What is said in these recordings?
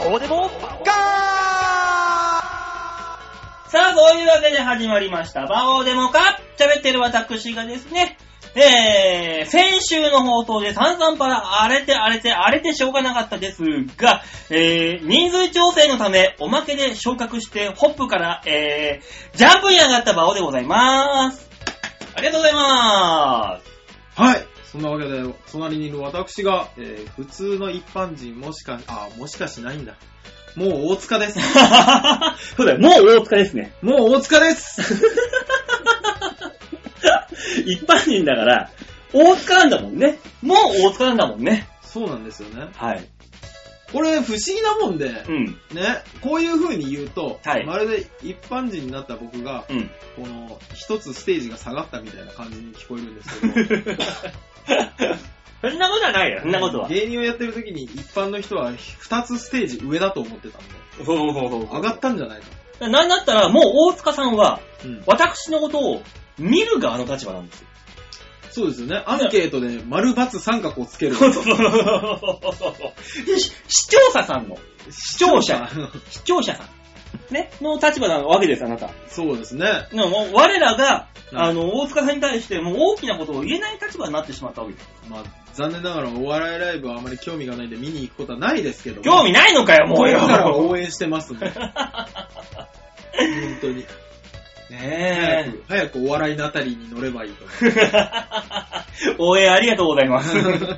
オデモガー。 さあ、そういうわけで始まりました。バオデモか喋ってる私がですね、先週の放送で散々パラ荒れてしょうがなかったですが、人数調整のためおまけで昇格してホップから、ジャンプに上がったバオでございます。ありがとうございます。 はい。そんなわけで、隣にいる私が、普通の一般人もしかしないんだ。もう大塚です。 そうだよ、もう大塚ですね。 もう大塚です。 一般人だから、大塚なんだもんね。もう大塚なんだもんね。 そうなんですよね。 はい。 これ不思議なもんで、 うん。 ね、こういう風に言うと、 はい、 まるで一般人になった僕が、 うん、 この一つステージが下がったみたいな感じに聞こえるんですけど、 そんなことはないよ、そんなことは。 芸人をやってる時に一般の人は二つステージ上だと思ってたんで、 そう上がったんじゃないか。 なんだったら、もう大塚さんは、 うん、 私のことを見る側の立場なんですよ。 そうですよね。アンケートで丸×三角をつける。 そう。視聴者さんの、視聴者さん。ね、の立場なわけです、あなた。 そうですね。 もう我らが、大塚さんに対してもう大きなことを言えない立場になってしまったわけです。 まあ、残念ながらお笑いライブはあまり興味がないんで見に行くことはないですけども。 興味ないのかよ、もうよ。 だから応援してますんで。本当に。 ねえ。 早くお笑いのあたりに乗ればいいと思う。応援ありがとうございます。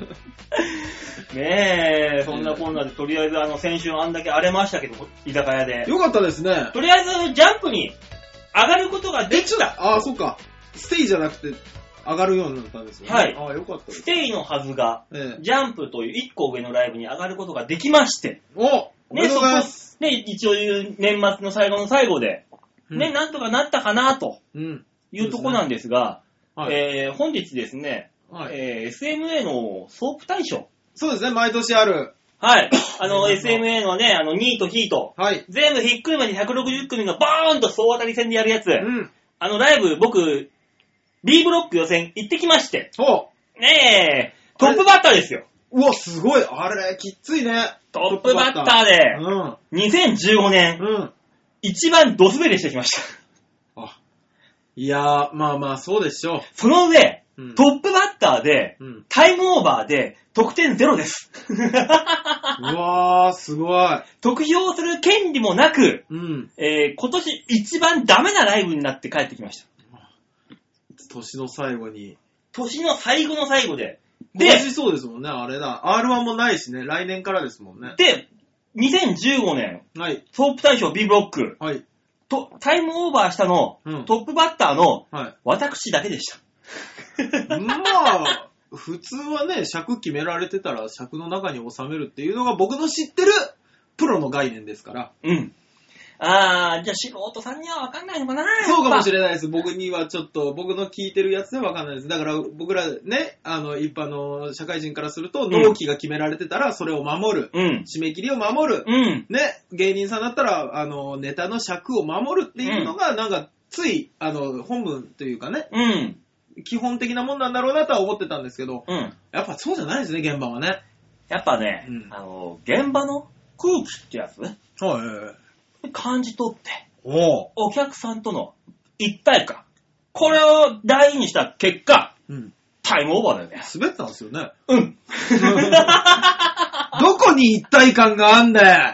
ねえ、そんなこんなで、とりあえず先週あんだけ荒れましたけど、居酒屋で。 よかったですね。 とりあえずジャンプに上がることができた。 ああ、そっか。ステイじゃなくて上がるようになったんですよね。 はい。 ああ、よかったです。 ステイのはずが、ジャンプという1個上のライブに上がることができまして。 おめでとうございます。 ね、一応年末の最後の最後で、ね、なんとかなったかなというとこなんですが、はい、本日ですね、はい、SMA のソープ大賞。 そうですね、毎年ある。 はい。SMA のね、2位とヒート。 はい。 全部ひっくるめて160組がバーンと総当たり戦でやるやつ。うん。ライブ、僕、B ブロック予選行ってきまして。 ほう。ねえ、トップバッターですよ。 うわ、すごい。あれ、きっついね。 トップバッターで、2015年、一番ドスベリしてきました。 あ。いやー、まあまあ、そうでしょう。 その上、トップバッターで、タイムオーバーで、得点ゼロです。 うわー、すごい。 得票する権利もなく、今年一番ダメなライブになって帰ってきました。 年の最後に。 年の最後の最後で。 今年そうですもんね、あれだ。R1 もないしね、来年からですもんね。 で、2015年、 はい、 ソープ大賞 B ブロック、 はい、 タイムオーバーしたの、トップバッターの、私だけでした。 まあ、普通はね、尺決められてたら尺の中に収めるっていうのが僕の知ってるプロの概念ですから。 うん。あー、じゃあ素人さんには分かんないのかな。 そうかもしれないです。僕にはちょっと、僕の聞いてるやつでは分かんないです。だから僕らね、一般の社会人からすると、納期が決められてたらそれを守る。締め切りを守る。ね、芸人さんだったら、ネタの尺を守るっていうのが、なんか、つい、本文というかね。基本的なもんなんだろうなとは思ってたんですけど、やっぱそうじゃないですね、現場はね。 やっぱね、現場の空気ってやつ感じ取って、お客さんとの一体感、これを大事にした結果、タイムオーバーだよね。 滑ったんですよね。 どこに一体感があんだよ。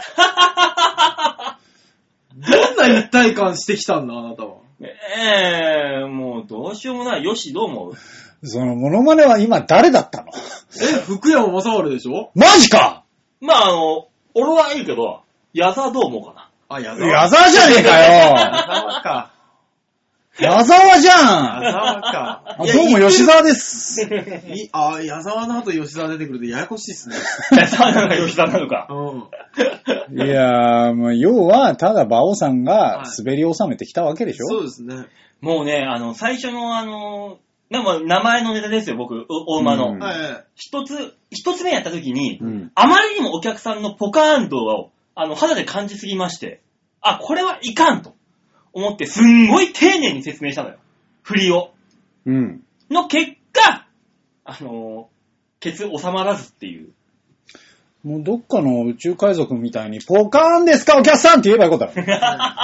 どんな一体感してきたんだ、あなたは。 もうどうしようもない。よし、どう思う？ そのモノマネは今誰だったの？ 福山雅治でしょ？ マジか！ まあ俺はいいけど、矢沢どう思うかな？ あ、矢沢じゃねえかよ！ 矢沢か。 矢沢じゃん！ 矢沢か。 どうも吉沢です。 矢沢の後吉沢出てくるとややこしいっすね。 矢沢なのか吉沢なのか。 いやー、もう要は、ただ馬王さんが滑り収めてきたわけでしょ？ そうですね。 もうね、最初の名前のネタですよ、僕、大馬の。一つ目やった時に、あまりにもお客さんのポカーン度を、肌で感じすぎまして、これはいかんと思って、すんごい丁寧に説明したのよ。振りを。の結果、ケツ収まらずっていう。 もうどっかの宇宙海賊みたいに、ポカーンですかお客さんって言えばよかった。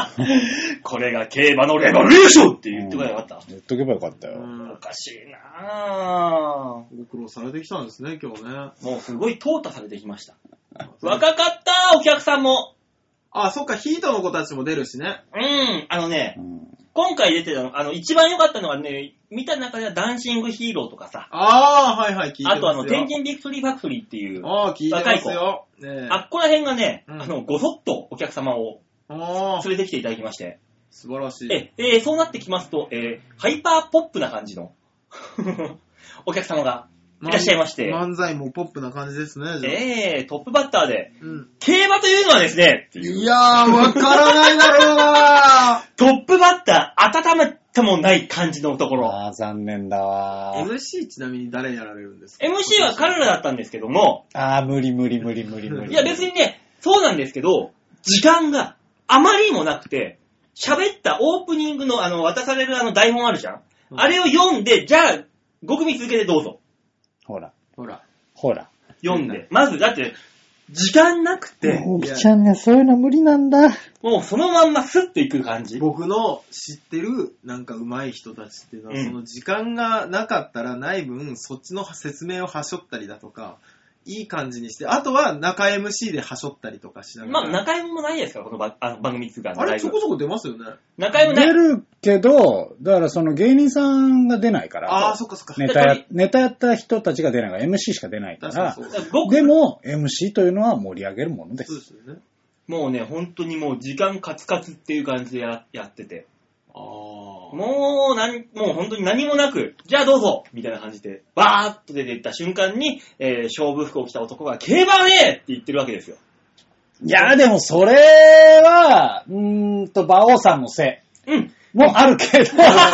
これが競馬のレボリューションって言ってくればよかった。 言っとけばよかったよ。 おかしいなぁ。 ご苦労されてきたんですね、今日ね。 もうすごい淘汰されてきました。若かったお客さんも。 あ、そっか、ヒートの子たちも出るしね。 今回出てたの、一番良かったのはね、見た中ではダンシングヒーローとかさ。 はいはい、聞いてますよ。 あと天神ビクトリーファクトリーっていう。 聞いてますよ。 あっこら辺がね、ごそっとお客様を連れてきていただきまして。 素晴らしい。 そうなってきますと、ハイパーポップな感じのお客様がいらっしゃいまして。 漫才もポップな感じですね。 トップバッターで、競馬というのはですね、 いやー、わからないだろうなトップバッター、温めてもない感じのところ。 残念だわ。 MC ちなみに誰やられるんですか？ MC は彼らだったんですけども。 無理。 いや別にね、そうなんですけど、時間があまりにもなくて、喋ったオープニングの渡される台本あるじゃん、あれを読んで、じゃあ、5組続けてどうぞ。 ほら。 読んで。まず、だって、時間なくて。 おきちゃんね、そういうの無理なんだ。 もうそのまんまスッといく感じ。 僕の知ってるなんか上手い人たちっていうのは、その時間がなかったらない分、そっちの説明をはしょったりだとか、いい感じにして、あとは中 MC ではしょったりとかしながら。 中 M もないですから、この番組っていうか。 あれ、そこそこ出ますよね。 中 M 出るけど、だからその芸人さんが出ないから。 そっか。 ネタやった人たちが出ないから、MC しか出ないから。でも、MC というのは盛り上げるものです。 そうですよね。 もうね、本当にもう時間カツカツっていう感じでやってて。もう本当に何もなく、じゃあどうぞみたいな感じで、バーッと出ていった瞬間に、勝負服を着た男が、競馬はねって言ってるわけですよ。 いや、でもそれは、馬王さんのせい。もうあるけど、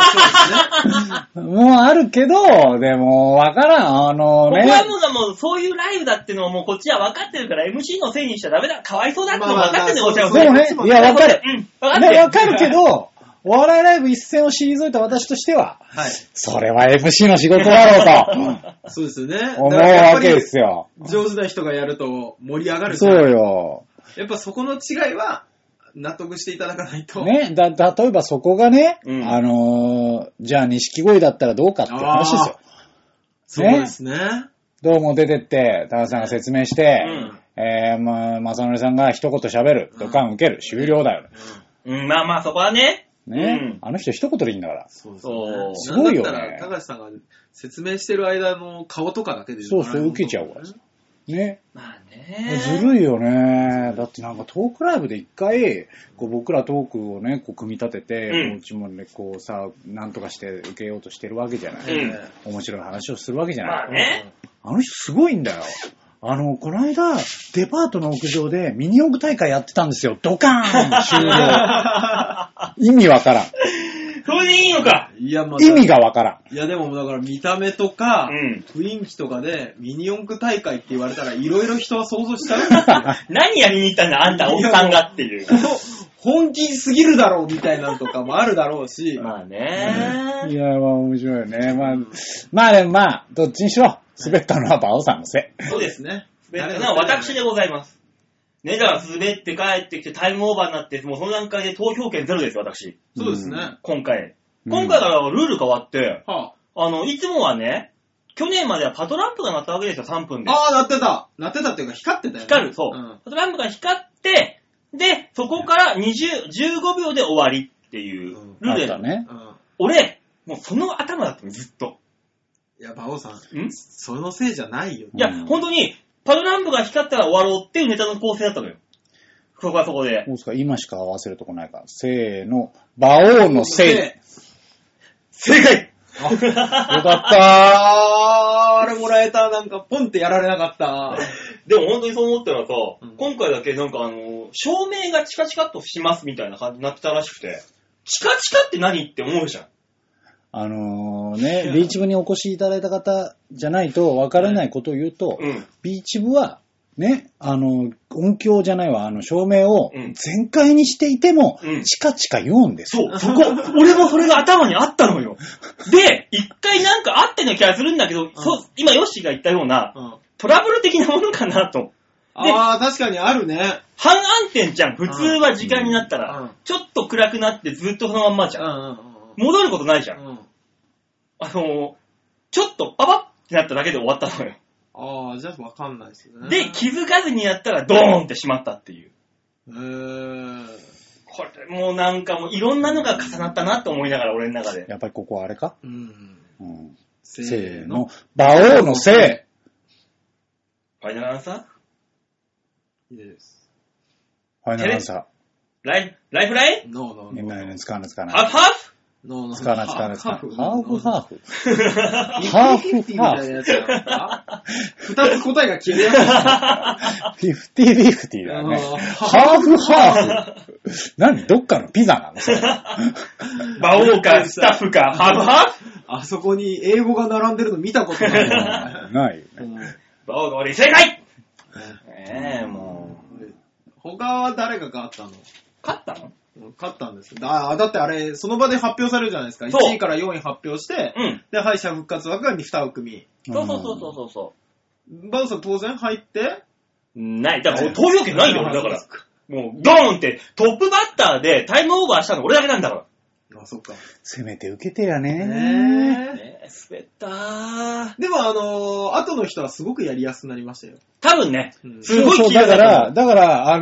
もうあるけど、でも、わからん、僕はもうそういうライブだってのをもうこっちは分かってるから、MC のせいにしちゃダメだ、かわいそうだっての分かってるの、 でもね、いや、わかる。わかるけど、お笑いライブ一線を退いた私としては、それは MC の仕事だろうと。そうですよね。 思うわけですよ。 上手な人がやると盛り上がる。 そうよ。 やっぱそこの違いは、納得していただかないと。 ね、例えばそこがね、じゃあ錦鯉だったらどうかって話ですよ。 そうですね。 どうも出てって、高橋さんが説明して、正則さんが一言喋る、ドカン受ける、終了だよ。 まあそこはね。 あの人一言でいいんだから。 そう。 すごいよね。 だったら、高橋さんが説明してる間の顔とかだけでそう、受けちゃうから。ね。 まあね。 ずるいよね。だってなんかトークライブで一回、僕らトークをね、組み立てて、うちもね、なんとかして受けようとしてるわけじゃない。面白い話をするわけじゃない。 まあね。 あの人すごいんだよ。この間、デパートの屋上でミニ四駆大会やってたんですよ。ドカーン終了。意味わからん。 それでいいのか。 意味がわからん。 いやでもだから見た目とか、雰囲気とかでミニ四駆大会って言われたらいろいろ人は想像しちゃうんですよ。 何やりに行ったんだ、あんたおっさんがっていう。 本気すぎるだろうみたいなのとかもあるだろうし。 まあね。 いや、面白いよね。まあでもどっちにしろ、滑ったのは馬王さんのせい。 そうですね。滑ったのは私でございます。ね、だから滑って帰ってきてタイムオーバーになって、もうその段階で投票権ゼロですよ、私。 そうですね。 今回からルール変わって、いつもはね、去年まではパトランプが鳴ったわけですよ、3分で。 鳴ってたっていうか光ってたよね。 光る、そう。パトランプが光って、で、そこから15秒で終わりっていうルールだね。俺、もうその頭だったの、ずっと。 いや、馬王さん。そのせいじゃないよ。 いや、本当に、パトランプが光ったら終わろうっていうネタの構成だったのよ。そこはそこで。 そうですか、今しか合わせるとこないから。せーの、馬王のせい。 正解よかったあれもらえた、なんかポンってやられなかった。 でも本当にそう思ったのはさ、今回だけなんか照明がチカチカっとしますみたいな感じになってたらしくて、チカチカって何って思うじゃん。 ビーチ部にお越しいただいた方じゃないと分からないことを言うと、ビーチ部は、ね、音響じゃないわ、照明を全開にしていても、チカチカ言うんですよ。そう、俺もそれが頭にあったのよ。で、一回なんかあっての気がするんだけど、今ヨッシーが言ったような、トラブル的なものかなと。 ああ、確かにあるね。 半暗転じゃん。普通は時間になったら、ちょっと暗くなってずっとそのまんまじゃん。戻ることないじゃん。ちょっとパパッってなっただけで終わったのよ。 ああ、じゃあわかんないですね。 で、気づかずにやったらドーンってしまったっていう。これもうなんかもういろんなのが重なったなって思いながら俺の中で。 やっぱりここはあれか？せーの。馬王のせい。 ファイナルアンサー？ いいです。 ファイナルアンサー。 ライフライ？ ノー。 使わない。 ハーフハーフ？ 使わない。ハーフハーフ。ハーフハーフ。 二つ答えが消えます。 50-50だね。ハーフハーフ。何？どっかのピザなのそれ。 馬王かスタッフかハーフハーフ？ あそこに英語が並んでるの見たことない。 ないよね。 馬王が俺正解！もう。 他は誰が勝ったの？ 勝ったの？ 勝ったんです。だってあれ、その場で発表されるじゃないですか。1位から4位発表して、で、敗者復活枠が2組。 そう。 バウさん当然入ってない。だから投票権ないよ、俺だから。もう、ドーンってトップバッターでタイムオーバーしたの俺だけなんだから。 あ、そっか。 せめて受けてやね滑ったー。 でも後の人はすごくやりやすくなりましたよ。 多分ね。すごい気だから、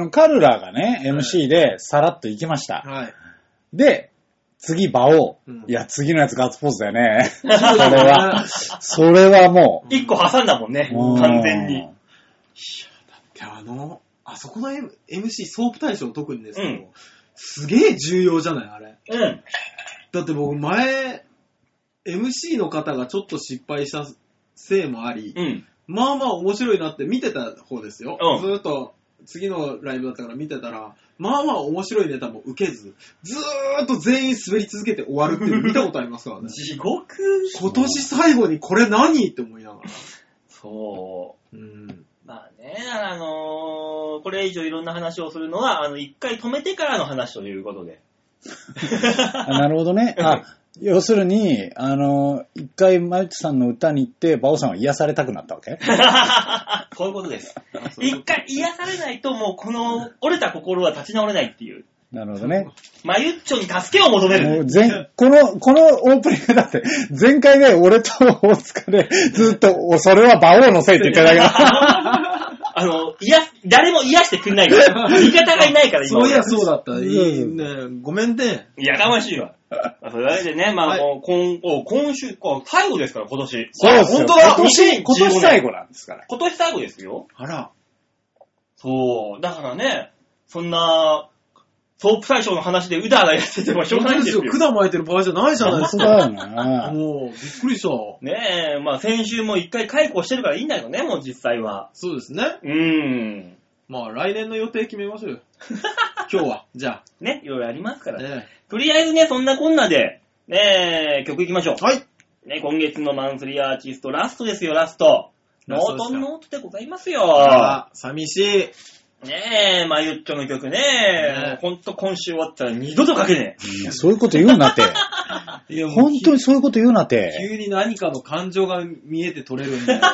カルラがね、MC でさらっと行きました。 はい。 で、次、馬王。いや、次のやつガッツポーズだよね。それはもう。一個挟んだもんね。完全に。いや、だってあそこの MC ソープ大賞特にですけど、すげえ重要じゃないあれ。だって僕前、MC の方がちょっと失敗したせいもあり、まあまあ面白いなって見てた方ですよ。ずーっと次のライブだったから見てたら、まあまあ面白いネタも受けず、ずーっと全員滑り続けて終わるっていうの見たことありますからね。 地獄。 今年最後にこれ何って思いながら。 そう。まあね、これ以上いろんな話をするのは、一回止めてからの話ということで。 なるほどね。要するに、一回マユッチさんの歌に行って、バオさんは癒されたくなったわけ？ こういうことです。一回癒されないと、もうこの折れた心は立ち直れないっていう。 なるほどね。 マユッチョに助けを求める。 もうこのオープニングだって、前回で俺と大塚でずっと、それは馬王のせいって言っただけだ。 誰も癒してくんないから。味方がいないから今。 そういや、そうだった。いいね。ごめんね。 いやかましいわ。それだけでね、まあ、今週か、最後ですから、今年。 そうですよ。本当だ。今年最後なんですから。 今年最後ですよ。 あら。 そう。だからね、そんな、ソープ大賞の話でうだうだやっててもしょうがないんですよ。 管巻いてる場合じゃないじゃないですか。 そうだよね。 もう、びっくりした。 ねえ、まあ先週も一回解雇してるからいいんだけどね、もう実際は。 そうですね。まあ来年の予定決めましょうよ。今日は、じゃあ。 ね、いろいろありますから。とりあえずね、そんなこんなで、ね曲いきましょう。 はい。 ね、今月のマンスリーアーティスト、ラストですよ、ラスト。ノートンノートでございますよ。 寂しい。 ねえ、マユッチョの曲ね。ほんと今週終わったら二度とかけねえ。 いや、そういうこと言うなって。いや、本当にそういうこと言うなって。 急に何かの感情が見えて取れるんだよ。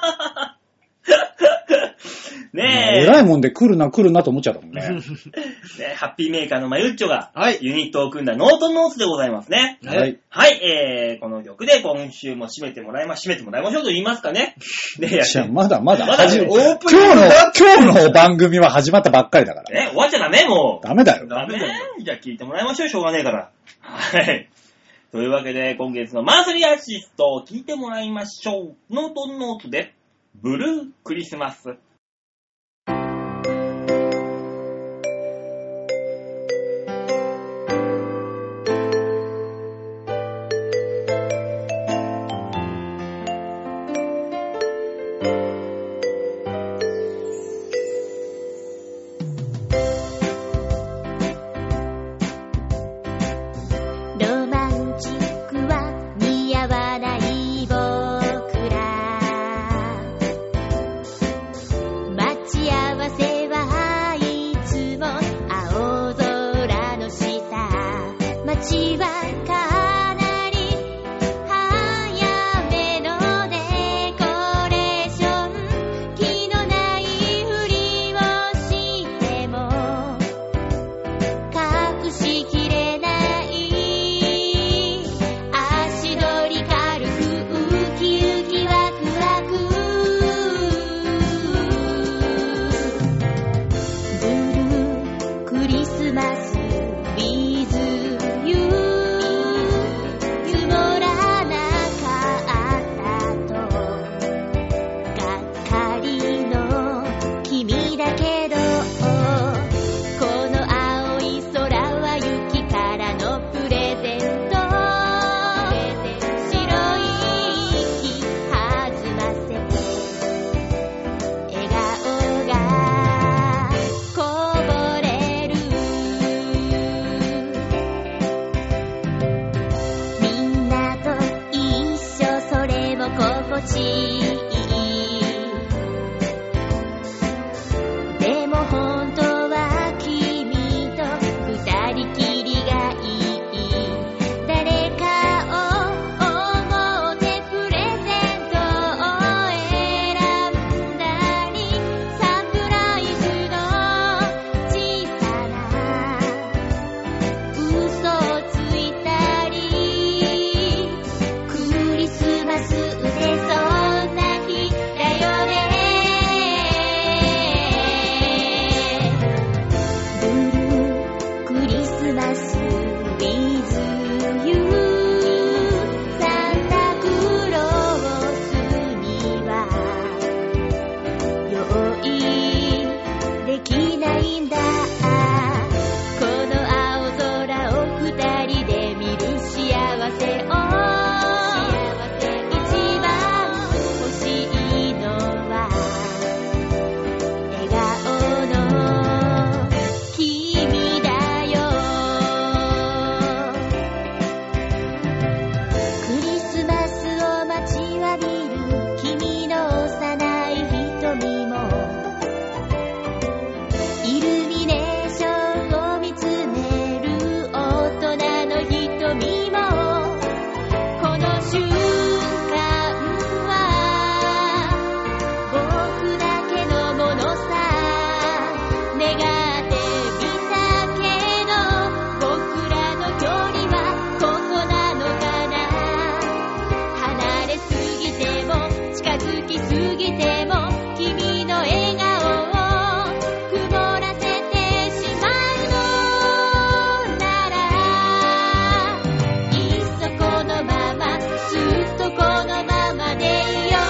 ねえ。 偉いもんで来るなと思っちゃったもんね。 ねハッピーメーカーのマユッチョが、ユニットを組んだノートンノーツでございますね。 はい。 はい、この曲で今週も締めてもらいましょうと言いますかね。 ねじゃあ、まだ今日の番組は始まったばっかりだから。 ね、終わっちゃダメ、もう。 ダメだよ。 ダメじゃあ聞いてもらいましょう、しょうがねえから。はい。というわけで、今月のマンスリーアーティストを聞いてもらいましょう。ノートンノーツで、ブルークリスマス。 しい。でも本当は君と二人きりがいい。誰かを思ってプレゼントを選んだり、サプライズの小さな嘘をついたり、クリスマスでそんな日だよね。ブルークリスマス with you、 サンタクロースには用意できないんだ。この青空を二人で見る幸せを一番欲しいのは笑顔の君だよ。クリスマスを待ちわびる君の幼い瞳も、イルミネーションを見つめる大人の瞳も、この瞬間は僕だけのものさ。願ってみたけど僕らの距離はここなのかな。離れすぎても近づきすぎても君の笑顔を曇らせてしまうのなら、いっそこのままずっとこのままでいよう。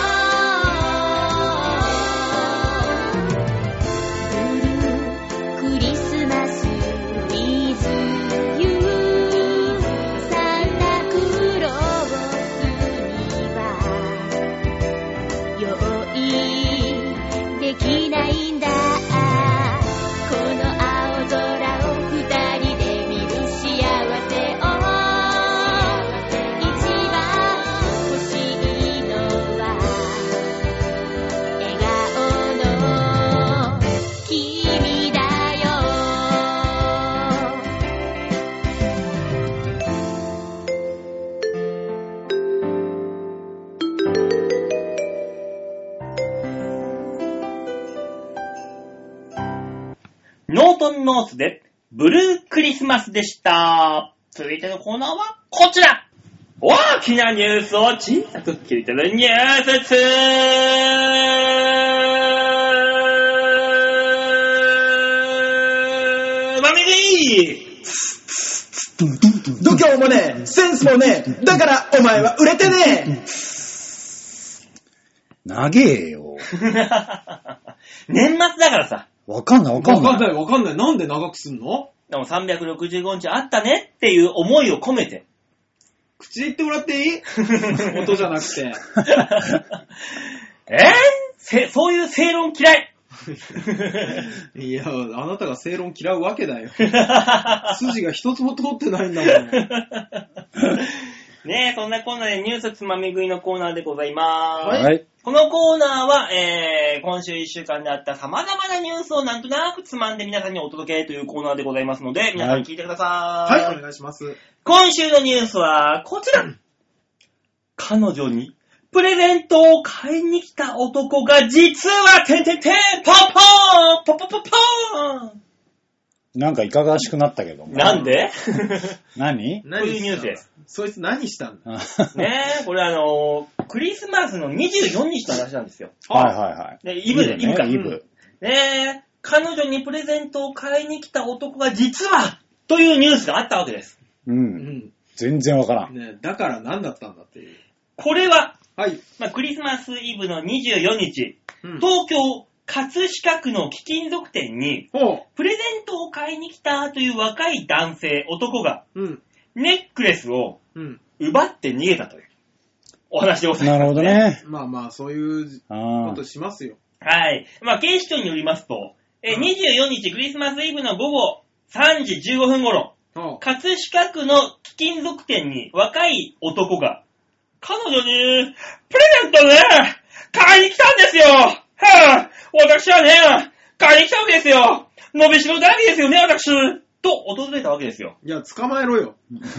ブルークリスマス with you、 サンタクロースには用意できないんだ。この青空を二人で見る幸せを一番欲しいのは笑顔の君だよ。 ノートンノースでブルークリスマスでした。続いてのコーナーはこちら。大きなニュースを小さく切り取るニュースつまみり度胸もねえ、センスもねえ、だからお前は売れてね長えよ。 年末だからさ。 わかんない。 わかんない。なんで長くすんの？ でも365日あったねっていう思いを込めて。 口で言ってもらっていい？音じゃなくて。 そういう正論嫌い。 いや、あなたが正論嫌うわけだよ。筋が一つも通ってないんだもん。 ねえ、そんなコーナーでニュースつまみ食いのコーナーでございます。 はい。 このコーナーは、今週1週間であった様々なニュースをなんとなくつまんで皆さんにお届けというコーナーでございますので、皆さん聞いてください。 はい、お願いします。 今週のニュースはこちら。彼女にプレゼントを買いに来た男が実はポンポンポポポーン。 なんかいかがわしくなったけども。 なんで？ 何？ こういうニュースです。 そいつ何したんだ？ ねえ、これクリスマスの24日の話なんですよ。 はい。 で、イブか。 イブ。 ねえ、彼女にプレゼントを買いに来た男が実はというニュースがあったわけです。 うん。全然わからん。 ね、だから何だったんだっていう。 これは、 はい。 クリスマスイブの24日、東京葛飾区の貴金属店に、プレゼントを買いに来たという若い男性、男が、ネックレスを奪って逃げたというお話でございます、ね。 なるほどね。 まあまあ、そういうことしますよ。 はい。警視庁によりますと、24日クリスマスイブの午後3時15分頃、葛飾区の貴金属店に若い男が彼女に、プレゼントね、買いに来たんですよ。私はね、買いに来たわけですよ。伸びしろだらけですよね、私。と、訪れたわけですよ。 いや、捕まえろよ。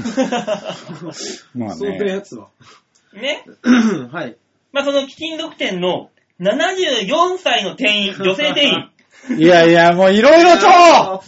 まあね。 そういうやつは。 ね。 はい。 まあ、その貴金属店の74歳の店員、女性店員。 いやいや、もういろいろと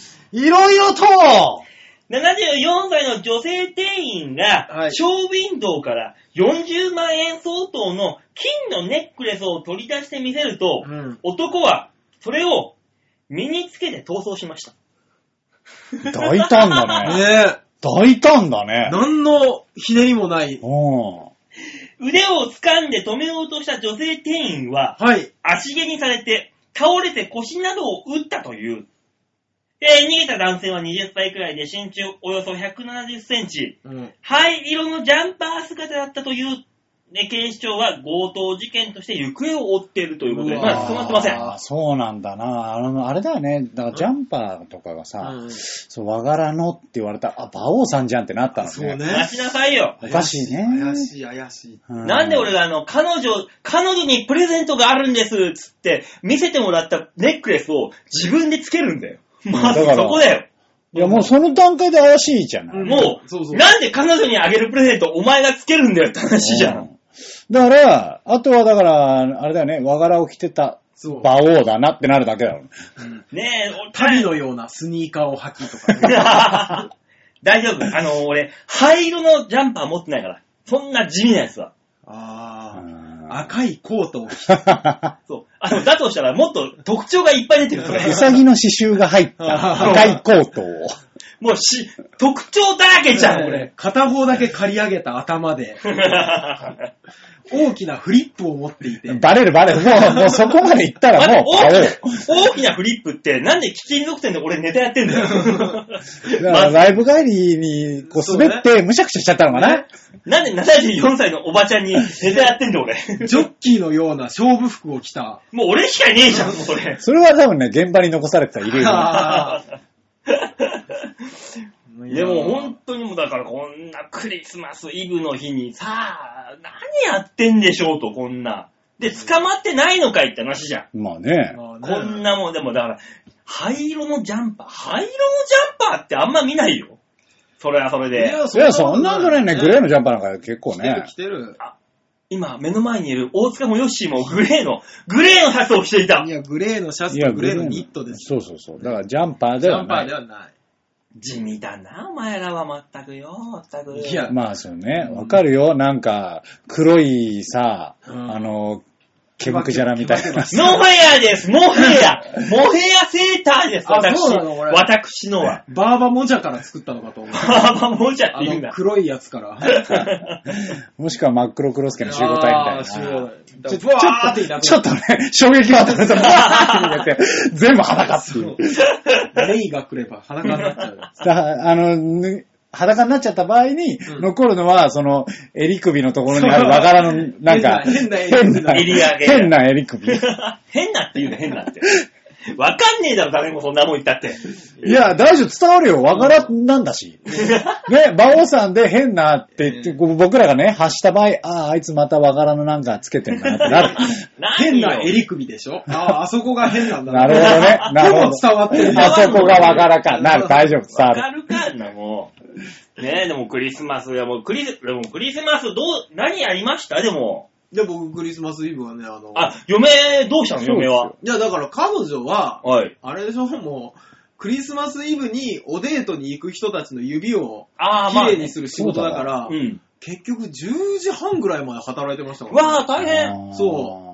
74歳の女性店員が、 はい、 ショーウィンドウから40万円相当の金のネックレスを取り出してみせると、男はそれを身につけて逃走しました。 大胆だね。 ねえ。 大胆だね。 何のひねりもない。 腕を掴んで止めようとした女性店員は、 はい。 足蹴にされて倒れて腰などを打ったという。逃げた男性は20歳くらいで身長およそ170センチ、灰色のジャンパー姿だったという、警視庁は強盗事件として行方を追っているということで、まだ捕まってません。 そうなんだな。あれだよね。だからジャンパーとかがさ、そう和柄のって言われたら、馬王さんじゃんってなったのね。 そうね。 待ちなさいよ。 おかしいね。 怪しい。 なんで俺が彼女にプレゼントがあるんですつって見せてもらったネックレスを自分でつけるんだよ。まずそこだよ。 いやもうその段階で怪しいじゃない。 もう、なんで彼女にあげるプレゼントお前がつけるんだよって話じゃん。 だから、あとはだから、あれだよね、和柄を着てた馬王だなってなるだけだろう。 ねえ、 旅のようなスニーカーを履きとか、ね。 大丈夫。俺、灰色のジャンパー持ってないから。そんな地味なやつは。 赤いコートを着て。そう。だとしたらもっと特徴がいっぱい出てる。 うさぎの刺繍が入った赤いコートを。 もう特徴だらけじゃん、俺。 片方だけ刈り上げた頭で。大きなフリップを持っていて。 バレる。もうそこまで行ったらもう大きなフリップってなんで貴金属店で俺ネタやってんだよ。 だからライブ帰りにこう滑ってむしゃくしゃしちゃったのかな。 なんで74歳のおばちゃんにネタやってんだよ俺。 ジョッキーのような勝負服を着た。 もう俺しかいねえじゃん、もうそれ。 それは多分ね、現場に残されてたイレージ。 でも本当にもうだからこんなクリスマスイブの日にさあ、何やってんでしょうと、こんな。で、捕まってないのかいって話じゃん。 まあね。 こんなもん、でもだから、灰色のジャンパーってあんま見ないよ。それはそれで。 いや、そんなんじゃないね。グレーのジャンパーなんか結構ね。 着てる。 今、目の前にいる大塚もヨッシーもグレーのシャツを着ていた。 いや、グレーのシャツとグレーのニットです。 そう。だからジャンパーではない。 地味だな、お前らは全くよ、全く。 いや、まあそうね、わかるよ。なんか、黒いさ、毛むくじゃらみたいな。 モヘアです、モヘアセーターです、私のは。 バーバモジャから作ったのかと思う。 バーバモジャって言うんだ。 黒いやつから。 もしくは真っ黒クロスケの集合体みたいな。ちょっとね、衝撃が当たると、バーって全部裸っていう。 レイが来れば裸になっちゃう。 裸になっちゃった場合に、残るのは、その、襟首のところにある和柄の、なんか、 変な襟首。 変なって言うね、変なって。わかんねえだろ、誰もそんなもん言ったって。 いや、大丈夫、伝わるよ。和柄なんだし。ね、馬王さんで変なって言って、僕らがね、発した場合、あいつまた和柄のなんかつけてんだなってなる。 変な襟首でしょ？あそこが変なんだなるほどね。なるほど。 伝わってる。 あそこが和柄か。なる、大丈夫、伝わる。 わかるかんな、もう。ねえ、でもクリスマス、クリスマス何やりましたでも。 で、僕、クリスマスイブはね、 嫁、どうしたの嫁は。 いや、だから彼女は、 はい。 あれでしょ、もう、クリスマスイブにおデートに行く人たちの指を、きれいにする仕事だから、結局10時半ぐらいまで働いてましたから、 ね。わぁ、大変。 そう。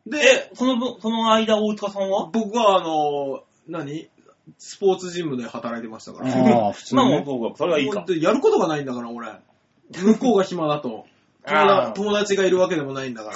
で、その間、大塚さんは僕は、スポーツジムで働いてましたから。 ああ、普通に。 まあ、それはいいか。 やることがないんだから、俺。向こうが暇だと。友達がいるわけでもないんだから。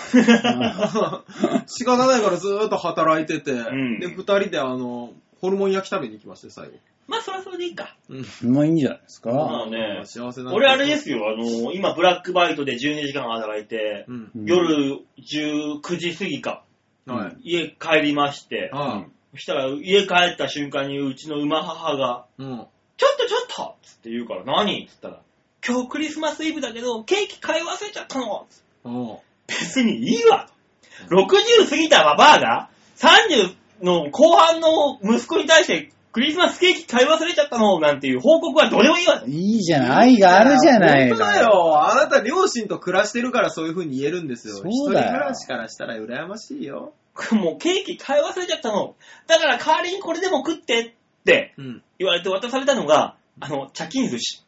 仕方ないからずーっと働いてて、で、二人でホルモン焼き食べに行きまして、最後。 まあ、それはそれでいいか。 まあ、いいんじゃないですか。 まあね、 幸せな。 俺あれですよ、今、ブラックバイトで12時間働いて、夜19時過ぎか、家帰りまして、そしたら家帰った瞬間にうちの馬母が、ちょっとつって言うから、何つったら、今日クリスマスイブだけど、ケーキ買い忘れちゃったの別にいいわ。60過ぎたババアが30の後半の息子に対してクリスマスケーキ買い忘れちゃったのなんていう報告はどうでもいいわ。 いいじゃない。愛があるじゃないの。 本当だよ。あなた両親と暮らしてるからそういう風に言えるんですよ。 そうだよ。 一人暮らしからしたら羨ましいよ。 もうケーキ買い忘れちゃったの。だから代わりにこれでも食ってって言われて渡されたのが、茶金寿司。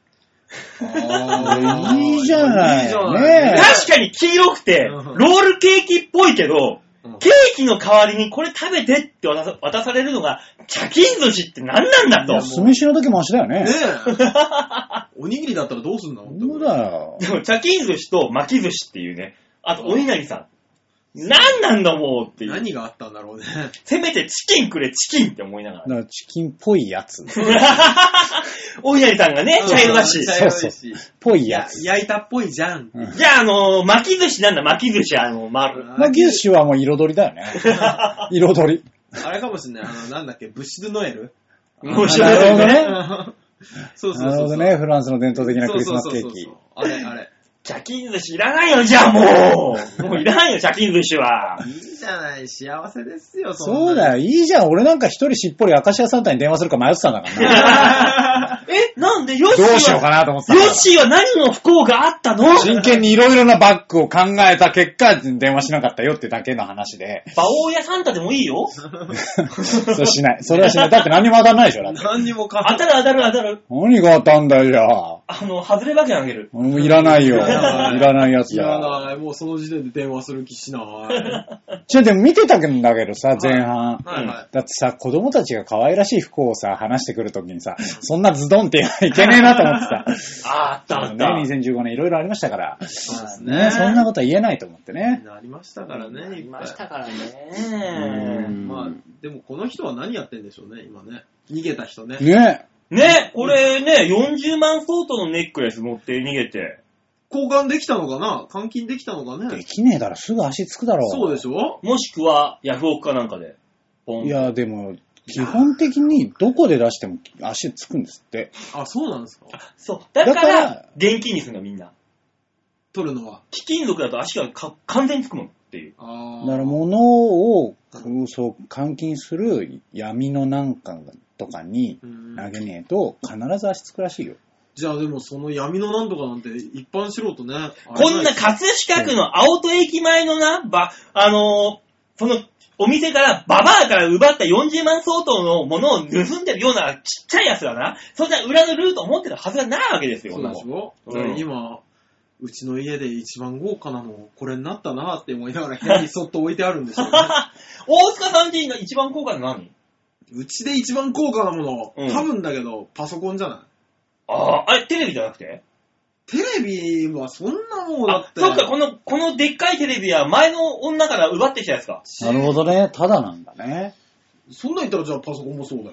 いいじゃない。ね、 確かに黄色くて、ロールケーキっぽいけど、ケーキの代わりにこれ食べてって渡されるのが、茶金寿司って何なんだと。 酢飯の時マシだよね。 ねえ。おにぎりだったらどうすんの？ そうだよ。 でも茶金寿司と巻き寿司っていうね、あとお稲荷さん。何なんだもうっていう。 何があったんだろうね。 せめてチキンくれ、チキンって思いながら。 だからチキンっぽいやつ。 お稲荷さんがね、茶色だし。 茶色いし。 ぽいやつ。 焼いたっぽいじゃん。 じゃあ、巻き寿司なんだ、巻き寿司、 巻き寿司はもう彩りだよね。彩り。 あれかもしんない。なんだっけ、ブッシュドノエル？ 面白いよね。 そうそうそう。 なるほどね、フランスの伝統的なクリスマスケーキ。 あれ。 茶金寿司いらないよ、じゃあもういらないよ、茶金寿司は。 いいじゃない、幸せですよ、 そうだよ、いいじゃん。俺なんか一人しっぽりアカシアサンタに電話するか迷ってたんだからな。 なんでヨッシーはどうしようかなと思ってた。 ヨッシーは何の不幸があったの？ 真剣にいろいろなバッグを考えた結果、電話しなかったよってだけの話で。 馬王やサンタでもいいよ。 それしない。それはしない。だって何にも当たんないでしょ、だって。 何にも当たる。 何が当たんだよ、じゃあ。 外れ馬券あげる。 いらないよ。いらないやつだ。 いらない。もうその時点で電話する気しない。 でも見てたんだけどさ、前半。 はい。 だってさ、子供たちが可愛らしい不幸をさ、話してくるときにさ、そんなズドンっていけねえなと思ってさ。 あった。 ね、2015年いろいろありましたから。 そうですね。 そんなことは言えないと思ってね。 ありましたからね。 ありましたからね。 まあ、でもこの人は何やってんでしょうね、今ね。逃げた人ね。 ね、これね、40万相当のネックレス持って逃げて。 交換できたのかな？換金できたのかね？ できねえだろ、すぐ足つくだろう。 そうでしょ？ もしくは、ヤフオクかなんかで。ポン。 いや、でも、基本的にどこで出しても足つくんですって。 あ、そうなんですか？ そう。だから、現金にするのみんな。 取るのは。 貴金属だと足が完全につくもんっていう。 だから物を、そう、換金する闇のなんかとかに投げねえと必ず足つくらしいよ。 じゃあでもその闇のなんとかなんて一般素人ね。 こんな葛飾区の青戸駅前のな、そのお店からババアから奪った40万相当のものを盗んでるようなちっちゃいやつがな、そんな裏のルートを持ってるはずがないわけですよ。 そうでしょ、今、うちの家で一番豪華なのこれになったなって思いながら部屋にそっと置いてあるんですよね。 大塚さんちの一番高価なの何？ うちで一番高価なもの、多分だけどパソコンじゃない？ テレビじゃなくて？ テレビはそんなもんだって。 そっか、このでっかいテレビは前の女から奪ってきたやつか。 なるほどね。ただなんだね。 そんなん言ったらじゃあパソコンもそうだよ。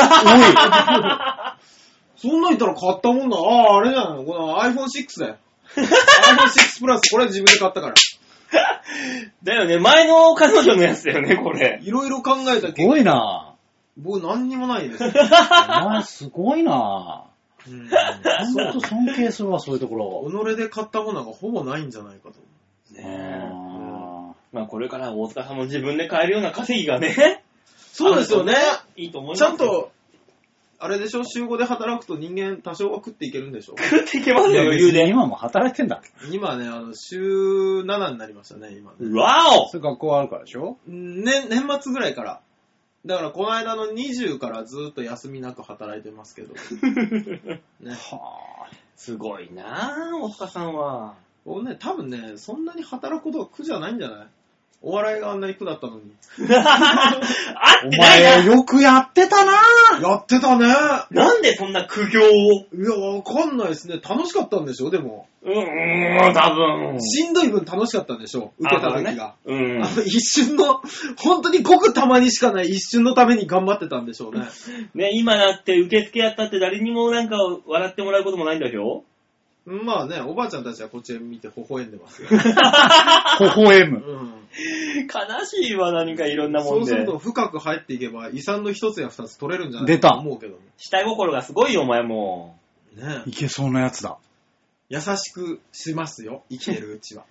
そんなん言ったら買ったもんだ。あれじゃない。この iPhone6 だよ。iPhone6 プラス、これは自分で買ったから。 だよね、前の彼女のやつだよね、これ。 いろいろ考えたけど。 すごいな僕何にもないです。 お前すごいなほんと尊敬するわ、そういうところ。 己で買ったものがほぼないんじゃないかと。 ねえ。まあこれから大塚さんも自分で買えるような稼ぎがね。 そうですよね。 いいと思います。 ちゃんと、あれでしょ、週5で働くと人間多少は食っていけるんでしょ。 食っていけますよ、余裕で。 今も働いてんだ。 今ね、週7になりましたね、今ね。 わお！ それ学校あるからでしょ？ 年末ぐらいから。だからこの間の20からずっと休みなく働いてますけど。ね、 はあ、すごいなぁ、大塚さんは。 僕ね、多分ね、そんなに働くことが苦じゃないんじゃない？お笑いがあんなに苦だったのに。 あってないな。 お前よくやってたなぁ。 やってたね。 なんでそんな苦行を。 いや、わかんないですね。楽しかったんでしょ、でも。 多分。 しんどい分楽しかったんでしょ、受けた時が。 ね、 一瞬の、本当にごくたまにしかない一瞬のために頑張ってたんでしょうね。 ね、今だって受付やったって誰にもなんか笑ってもらうこともないんだけど。 まあね、おばあちゃんたちはこっちへ見て微笑んでますよ。 微笑む。 悲しいわ、何かいろんなもんで。 そうすると深く入っていけば遺産の一つや二つ取れるんじゃないかと思うけども。 下心がすごいよ、お前も。 ねいけそうなやつだ。 優しくしますよ、生きてるうちは。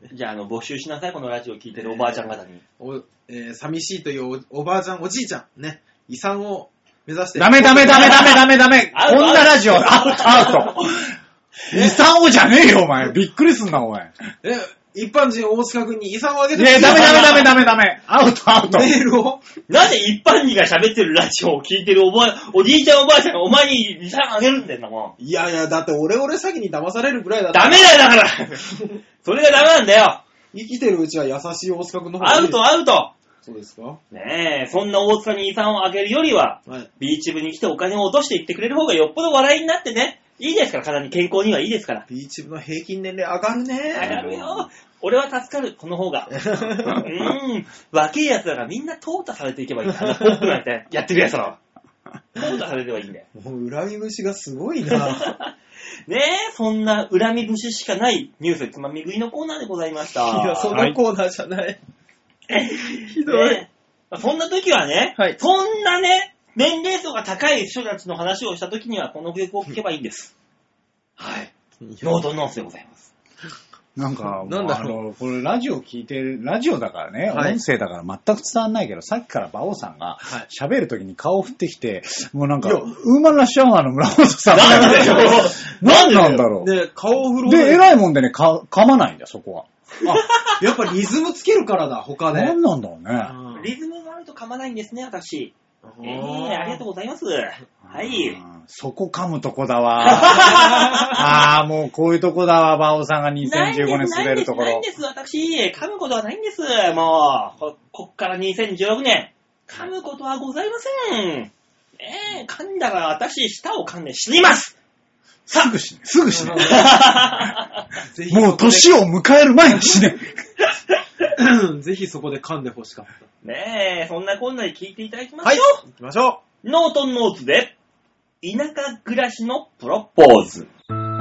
じゃあ、募集しなさい、このラジオ聞いてるおばあちゃん方に。 寂しいというおばあちゃん、おじいちゃん、ね、遺産を目指して。 ダメこんなラジオ、アウト。遺産をじゃねえよ、お前。びっくりすんな、お前。 一般人大塚君に遺産をあげてダメ。アウト。 メールをなぜ一般人が喋ってるラジオを聞いてるおじいちゃんおばあちゃんがお前に遺産あげるんだよな、もう。 いや、だって俺詐欺に騙されるぐらいだったら。ダメだよ、だからそれがダメなんだよ。 生きてるうちは優しい大塚君の方がいいです。アウトそうですかねえ、そんな大塚に遺産をあげるよりは、はい、ビーチ部に来てお金を落としていってくれる方がよっぽど笑いになってね、いいですから、体に健康にはいいですから。 ビーチ部の平均年齢上がるね。 上がるよ。俺は助かる、この方が。若い奴らがみんな淘汰されていけばいい。ポップなんてやってる奴らは。淘汰されればいいんだよ。 もう恨み節がすごいな。 ねえ、そんな恨み節しかないニュースつまみ食いのコーナーでございました。 いや、そんなコーナーじゃない。ひどい、 ね。そんな時はね、はい、そんなね、年齢層が高い人たちの話をした時にはこの曲を聴けばいいんです。はい。ノートノースでございます。 なんか、これラジオ聞いてる、ラジオだからね、はい、音声だから全く伝わんないけど、さっきから馬王さんが喋るときに顔を振ってきて、もうなんか、ウーマンラッシュアワーの村本さん。 なんでよなんなんだろう。 で、顔を振る。 で、偉いもんでね、噛まないんだよ、そこは。 やっぱリズムつけるからだ、他で。 なんなんだろうね。 リズムがあると噛まないんですね、私。ありがとうございます。はい。 そこ噛むとこだわ。もうこういうとこだわ、馬王さんが2015年滑るところ。 ないんです、私。噛むことはないんです。もう、こっから2016年。噛むことはございません。噛んだら私、舌を噛んで死にます。 すぐ死ね。もう年を迎える前に死ね。 ぜひそこで噛んでほしかった。 ねえ、そんなこんなに聞いていただきましょう。 はい、行きましょう。ノートンノーツで、田舎暮らしのプロポーズ。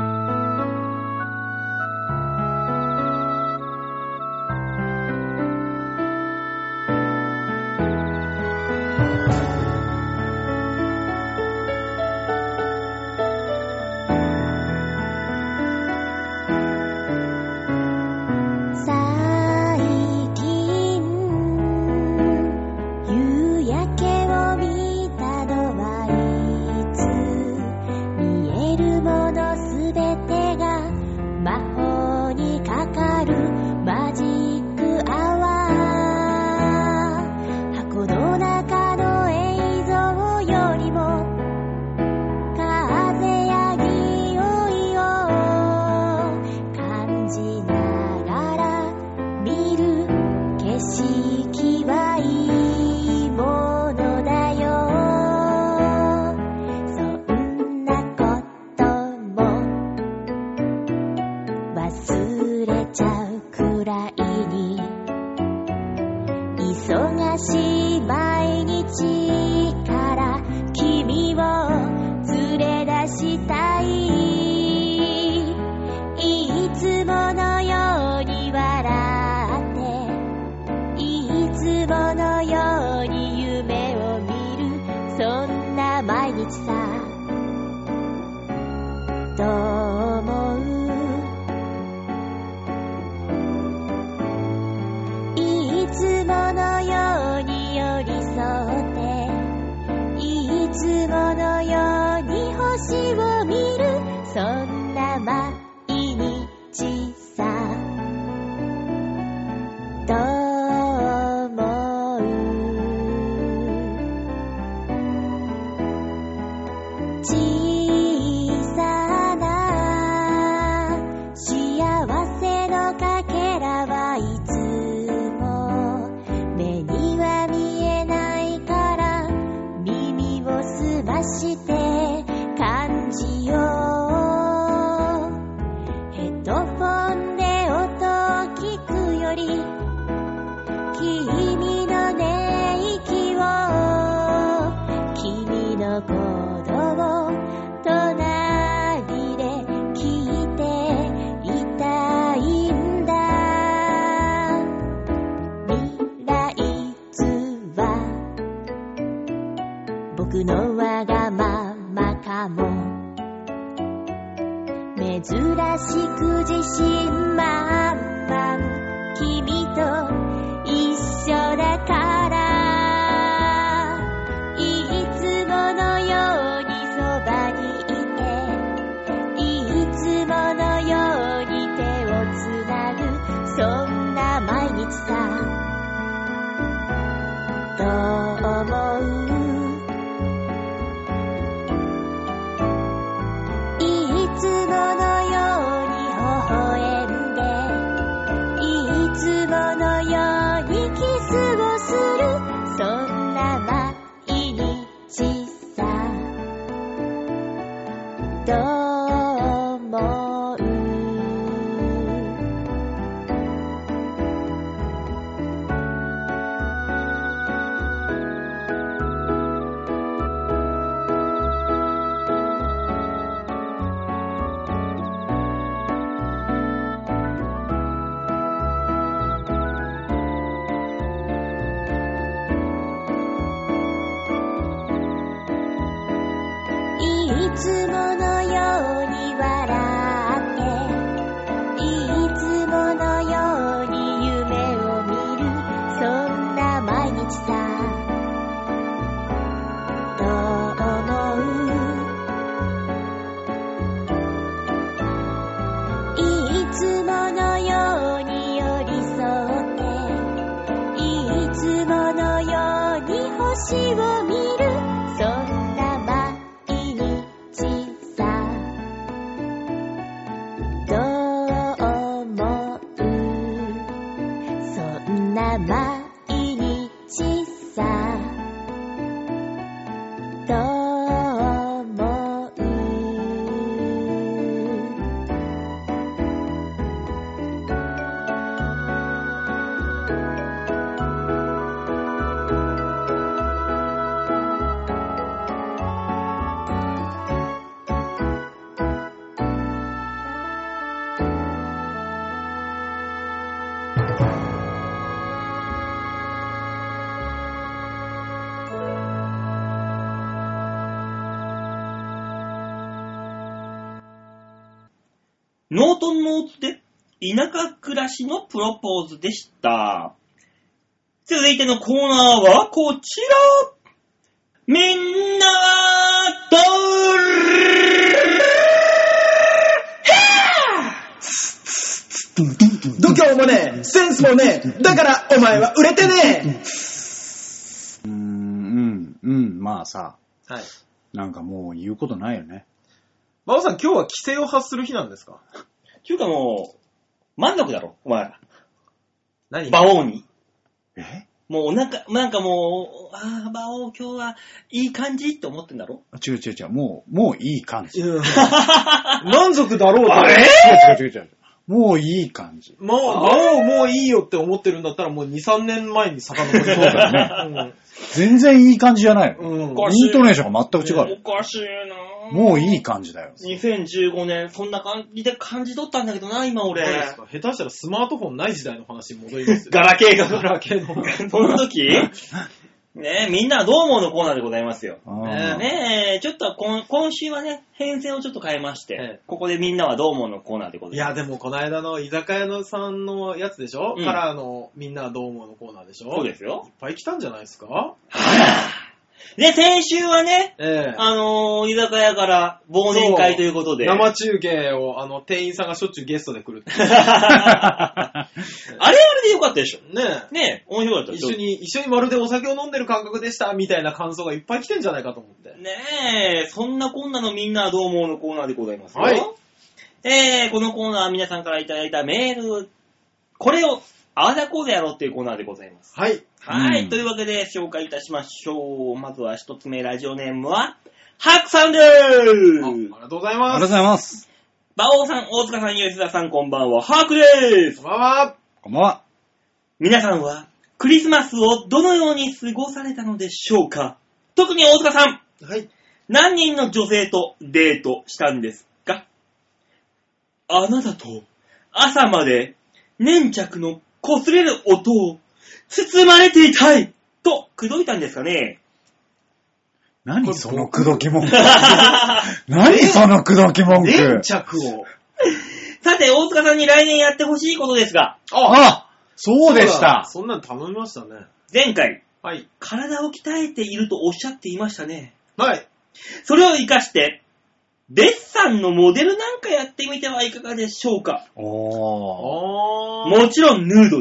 僕のわがままかも珍しく自信満々 毎日さどう思ういつものように微笑んでいつものようにキスをするそんな毎日さどう思ういつものように笑っていつものように夢を見るそんな毎日さどう思ういつものように寄り添っていつものように星を見るそんな毎日さどう思うそんな毎日さどう思うノートンノーツで田舎暮らしのプロポーズでした。続いてのコーナーはこちら。みんなと度胸もねえ、センスもねえ、だからお前は売れてねえ。まあさ、 はい。 なんかもう言うことないよね。 馬場さん、今日は規制を発する日なんですか？ っていうかもう、満足だろ、お前ら。 何？ 馬王に。 もうお腹、 なんかもう、馬王今日はいい感じって思ってんだろ？ 違う、もういい感じ。 満足だろうと。 あれ？違う。もういい感じ。 もういいよって思ってるんだったらもう2、3年前に遡る。そうだね。 全然いい感じじゃないの。 イントネーションが全く違う。 おかしいなぁ。 もういい感じだよ。 2015年、そんな感じで感じ取ったんだけどな、今俺。 そうですか。下手したらスマートフォンない時代の話に戻りますよ。 ガラケーが。 ガラケーの。 その時ねえ、みんなどう思うのコーナーでございますよ。ねえ、ちょっと今週はね、編成をちょっと変えまして、ここでみんなはどう思うのコーナーでございます。 いや、でもこの間の居酒屋のさんのやつでしょ、からのみんなはどう思うのコーナーでしょ。 そうですよ。 いっぱい来たんじゃないですか？ で、先週はね、居酒屋から忘年会ということで。 生中継を、店員さんがしょっちゅうゲストで来るって。 あれでよかったでしょ。ねえ、面白かったでしょ。 一緒にまるでお酒を飲んでる感覚でした、みたいな感想がいっぱい来てんじゃないかと思って。 ねえ、そんなこんなのみんなはどう思うのコーナーでございますよ。 はい。 このコーナーは皆さんからいただいたメール、これを、あわだこうでやろうっていうコーナーでございます。 はい。 はい。というわけで紹介いたしましょう。まずは一つ目、ラジオネームは、ハクさんでーす。 ありがとうございます。 ありがとうございます。 馬王さん、大塚さん、吉田さん、こんばんは。ハクでーす。 こんばんは。 こんばんは。 皆さんは、クリスマスをどのように過ごされたのでしょうか？特に大塚さん。 はい。 何人の女性とデートしたんですか？あなたと、朝まで、粘着の擦れる音を包まれていたいと口説いたんですかね。 何その口説き文句。何その口説き文句。 粘着を。 さて、大塚さんに来年やってほしいことですが。 そうでした。 そんなの頼みましたね。 前回。 はい。 体を鍛えているとおっしゃっていましたね。 はい。 それを活かして、デッサンのモデルなんかやってみてはいかがでしょうか。 もちろんヌードで。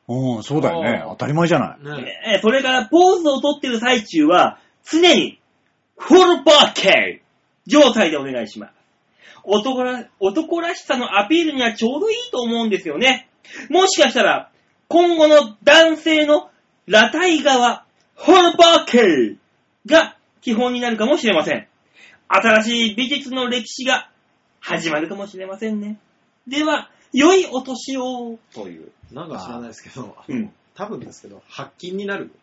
うん、そうだよね。当たり前じゃない。 ね、それからポーズを取ってる最中は、常に、フルバーケー状態でお願いします。男らしさのアピールにはちょうどいいと思うんですよね。もしかしたら、今後の男性の裸体側、フルバーケーが基本になるかもしれません。新しい美術の歴史が始まるかもしれませんね。では、良いお年をという。 なんか知らないですけど、多分ですけど、発禁になる。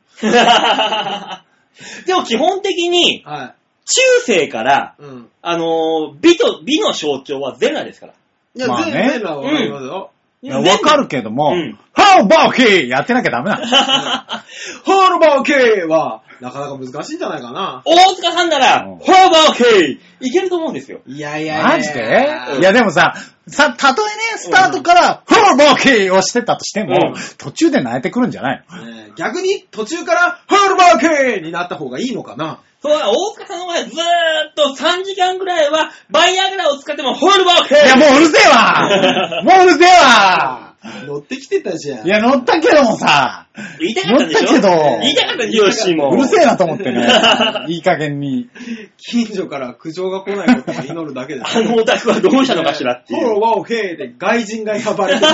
でも基本的に、 はい、 中世から、美の象徴はゼルナですから。 いや、ゼルナはわかりますよ。 わかるけども、ハーバーケーやってなきゃダメなの。 ハーバーケーは、なかなか難しいんじゃないかな。 大塚さんなら、ハーバーケーいけると思うんですよ。 いやいやいや。 マジでいやでもさ、たとえね、スタートから、ハーバーケーをしてたとしても、途中で泣いてくるんじゃないの、 逆に、途中から、ハーバーケーになった方がいいのかな。 そうだ、大塚さんの前ずーっと3時間ぐらいは、バイアグラを使っても、ホールバーケーいや、もううるせえわもううるせえわ乗ってきてたじゃん。 いや、乗ったけどもさ、 言いたかったでしょ乗ったけど、 言いたかったでしょ、ヨッシーも。 うるせえなと思ってね。いい加減に。 近所から苦情が来ないことを祈るだけです、 ね。あのオタクはどうしたのかしらっていう。 ホールバーケーで外人が呼ばれてる。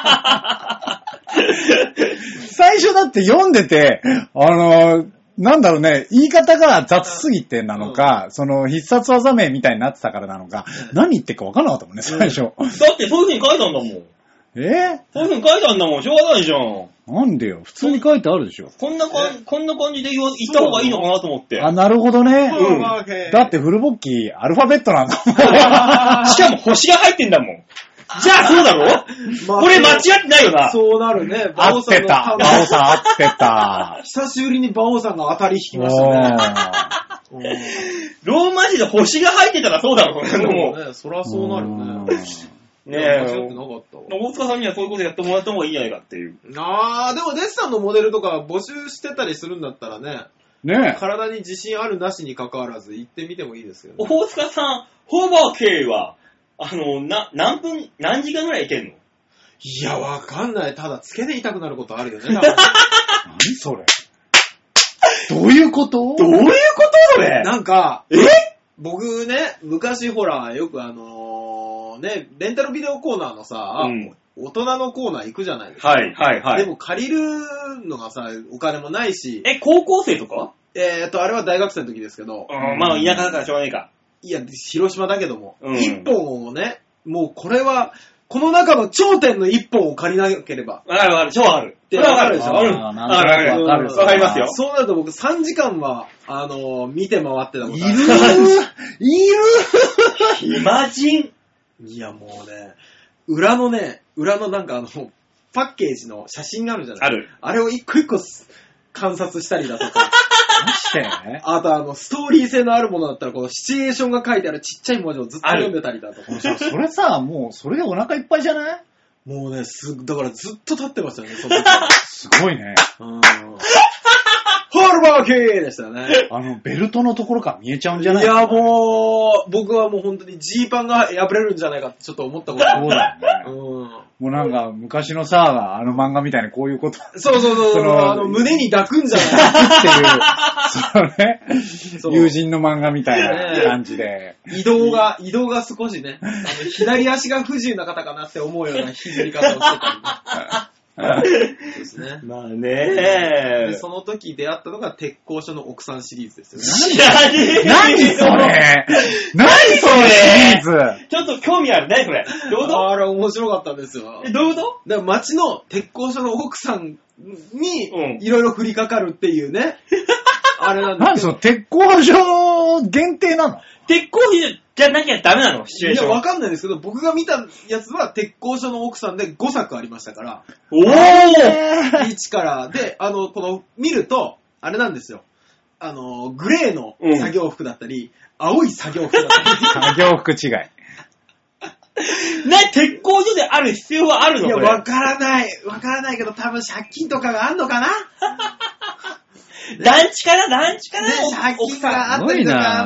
最初だって読んでて、なんだろうね、言い方が雑すぎてなのか、その必殺技名みたいになってたからなのか、何言ってるか分からなかったもんね、最初。 だってそういう風に書いたんだもん。そういう風に書いたんだもん、しょうがないじゃん。 なんでよ、普通に書いてあるでしょ。 こんな感じで言った方がいいのかなと思って。 あ、なるほどね。だってフルボッキー、アルファベットなんだもん。 しかも星が入ってんだもん。じゃあそうだろこれ間違ってないよな。 そうなるね。 合ってた。バオさん合ってた。 久しぶりにバオさんが当たり引きましたね。 ローマ字で星が入ってたらそうだろ、こんなのも。 そりゃそうなるね。 ねえ。大塚さんにはそういうことやってもらった方がいいんじゃないかっていう。 でもデッサンのモデルとか募集してたりするんだったらね。ねえ。体に自信あるなしに関わらず行ってみてもいいですけどね。 大塚さん、ホーバー系は、何時間ぐらいいけんの？ いや、わかんない。ただ、付けで痛くなることあるよね。 何それ？どういうことそれ？ なんか、僕ね、昔ほら、よくレンタルビデオコーナーのさ、大人のコーナー行くじゃないですか。 はいはいはい。 でも借りるのがさ、お金もないし。 高校生とか？ あれは大学生の時ですけど。 まあ、田舎だからしょうがないか。 いや、広島だけども、一本をね、もうこれは、この中の頂点の一本を借りなければ。 わかる、超わかる。 それはわかるでしょ。 わかりますよ。 そうなると僕3時間は、見て回ってたことある。 暇人。 いや、もうね、裏のなんかパッケージの写真があるじゃない。 ある。 あれを一個一個観察したりだとか。あとストーリー性のあるものだったら、このシチュエーションが書いてあるちっちゃい文字をずっと読んでたりだとか。 それさ、もうそれでお腹いっぱいじゃない？ もうね、だからずっと立ってましたよね、その時。 すごいね。 ホールバーケーでしたね。 ベルトのところから見えちゃうんじゃない？ いや、もう、僕はもう本当にジーパンが破れるんじゃないかってちょっと思ったことある。 そうだよね。もうなんか、昔のさ、漫画みたいにこういうこと。 そう、胸に抱くんじゃないっていう、友人の漫画みたいな感じで。 移動が少しね、左足が不自由な方かなって思うような肘り方をしてたり。そうですね。 まあねその時出会ったのが鉄工所の奥さんシリーズですよね。 何それシリーズちょっと興味あるね、これ。どういうことあれ面白かったんですよ。 どういうこと？ だから町の鉄工所の奥さんにいろいろ降りかかるっていうね。あれなんだけど。 何その鉄工所限定なの？ 鉄工所じゃなきゃダメなの？シチュエーション。 いや、わかんないですけど、僕が見たやつは鉄工所の奥さんで5作ありましたから。 おー 1から。で、見ると、あれなんですよ。グレーの作業服だったり、青い作業服だったり。 作業服違い。 鉄工所である必要はあるの？ いや、わからないけど、多分借金とかがあんのかな団地かな借金があったりとか、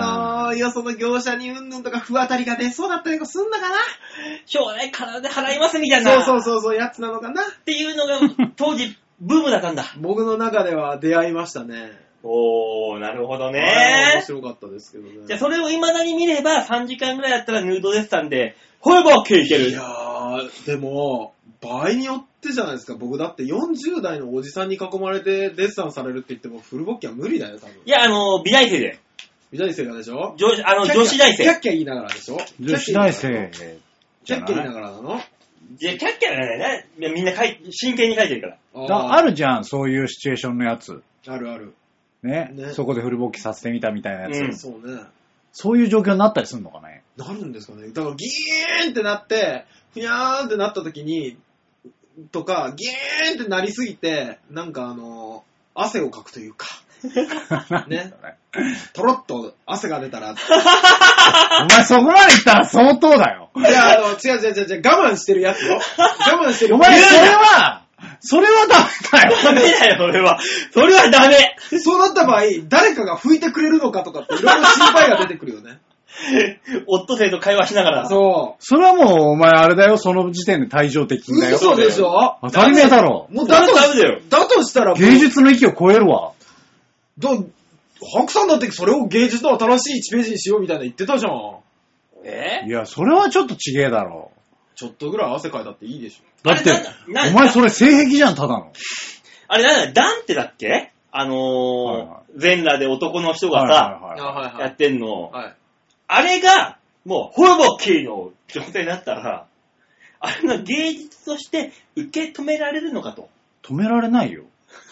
よいよその業者にうんぬんとか不当たりが出そうだったりすんのかな。 将来体で払いますみたいな。 そう、やつなのかな。 っていうのが当時ブームだったんだ。 僕の中では出会いましたね。 なるほどね。 面白かったですけどね。 じゃあそれを未だに見れば3時間ぐらいだったらヌードデッサンで、ほえばけいける。 いやー、でも、場合によってじゃないですか。僕だって40代のおじさんに囲まれてデッサンされるって言ってもフル勃起は無理だよ、多分。 いや、美大生で。 美大生がでしょ？ 女子大生。 キャッキャ言いながらでしょ？ 女子大生。 キャッキャ言いながらなの？ いや、キャッキャなんだよね。みんな真剣に書いてるから。 あるじゃん、そういうシチュエーションのやつ。 ある。 ね。そこでフル勃起させてみたみたいなやつ。 うん、 そうね。 そういう状況になったりするのかね。 なるんですかね。だからギーンってなって、ふにゃーんってなった時に、とか、ギーンってなりすぎて、なんか汗をかくというか、ね。トロッと汗が出たら。 お前そこまで言ったら相当だよ。 いや、違う、我慢してるやつよ。我慢してる。 お前それはダメだよ。 ダメだよ、それはダメ。 そうなった場合、誰かが拭いてくれるのかとかっていろいろ心配が出てくるよね。 オットセイと会話しながら。 そう。 それはもう、お前あれだよ、その時点で退場的だよ。 嘘でしょ？ 当たり前だろ。 もうダメだよ。だとしたら芸術の域を超えるわ。 ハクさんだってそれを芸術の新しい1ページにしようみたいな言ってたじゃん。 いや、それはちょっとちげえだろ。 ちょっとぐらい汗かいたっていいでしょ。 だって、お前それ性癖じゃん、ただの。 あれなんだ、ダンテだっけ全裸で男の人がさ、やってんの。あれが、もう、ホルボッキーの状態になったら、あれが芸術として受け止められるのかと。 止められないよ。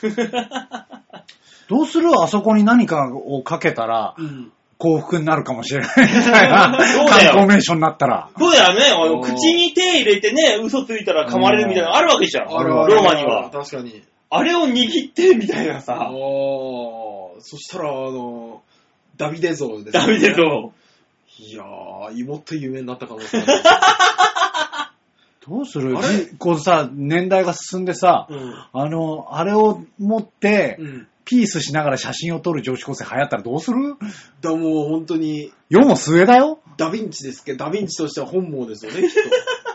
どうする？あそこに何かをかけたら、幸福になるかもしれないみたいな観光名所になったら。 そうだよね。口に手入れてね、嘘ついたら噛まれるみたいなのあるわけじゃん。ローマには。 確かに。 あれを握ってみたいなさ。 そしたら、ダビデ像ですね。 ダビデ像。 いやー、もっと有名になった可能性ある。 どうする？こうさ、年代が進んでさ、あれを持って、ピースしながら写真を撮る女子高生流行ったらどうする？ もう本当に。 世も末だよ。 ダヴィンチですけど、ダヴィンチとしては本望ですよね、きっと。